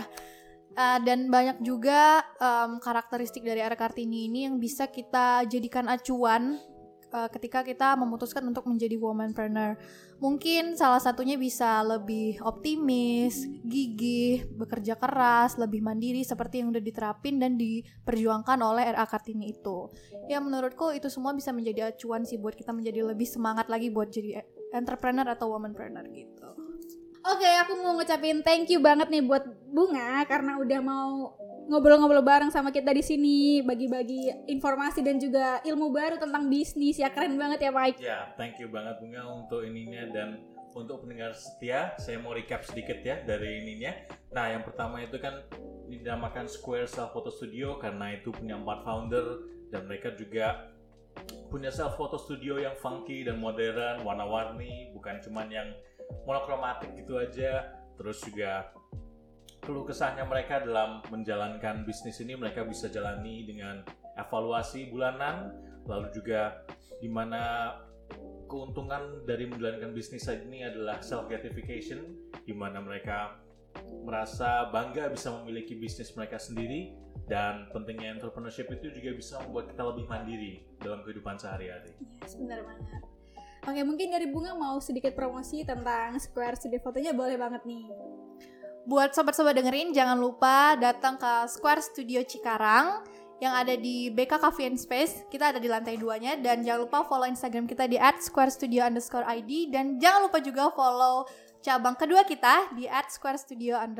Dan banyak juga karakteristik dari Hari Kartini ini yang bisa kita jadikan acuan ketika kita memutuskan untuk menjadi womanpreneur. Mungkin salah satunya bisa lebih optimis, gigih, bekerja keras, lebih mandiri seperti yang udah diterapin dan diperjuangkan oleh RA Kartini itu. Ya menurutku itu semua bisa menjadi acuan sih buat kita menjadi lebih semangat lagi buat jadi entrepreneur atau womanpreneur gitu. Oke, aku mau ngucapin thank you banget nih buat Bunga karena udah mau ngobrol-ngobrol bareng sama kita di sini, bagi-bagi informasi dan juga ilmu baru tentang bisnis. Ya keren banget ya Mike. Ya, thank you banget Bunga untuk ininya, dan untuk pendengar setia, saya mau recap sedikit ya dari ininya. Nah, yang pertama itu kan dinamakan Square Self Photo Studio karena itu punya 4 founder dan mereka juga punya self photo studio yang funky dan modern, warna-warni, bukan cuman yang monokromatik gitu aja. Terus juga keluh kesahnya mereka dalam menjalankan bisnis ini, mereka bisa jalani dengan evaluasi bulanan, lalu juga di mana keuntungan dari menjalankan bisnis ini adalah self gratification, di mana mereka merasa bangga bisa memiliki bisnis mereka sendiri, dan pentingnya entrepreneurship itu juga bisa membuat kita lebih mandiri dalam kehidupan sehari-hari. Yes, benar banget. Oke, mungkin dari Bunga mau sedikit promosi tentang Square Studio Fotonya, boleh banget nih. Buat sobat-sobat dengerin, jangan lupa datang ke Square Studio Cikarang yang ada di BK Coffee and Space. Kita ada di lantai 2-nya. Dan jangan lupa follow Instagram kita di @squarestudio_id. Dan jangan lupa juga follow cabang kedua kita di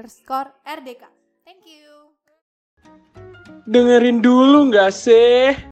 @squarestudio_rdk. Thank you. Dengerin dulu nggak sih?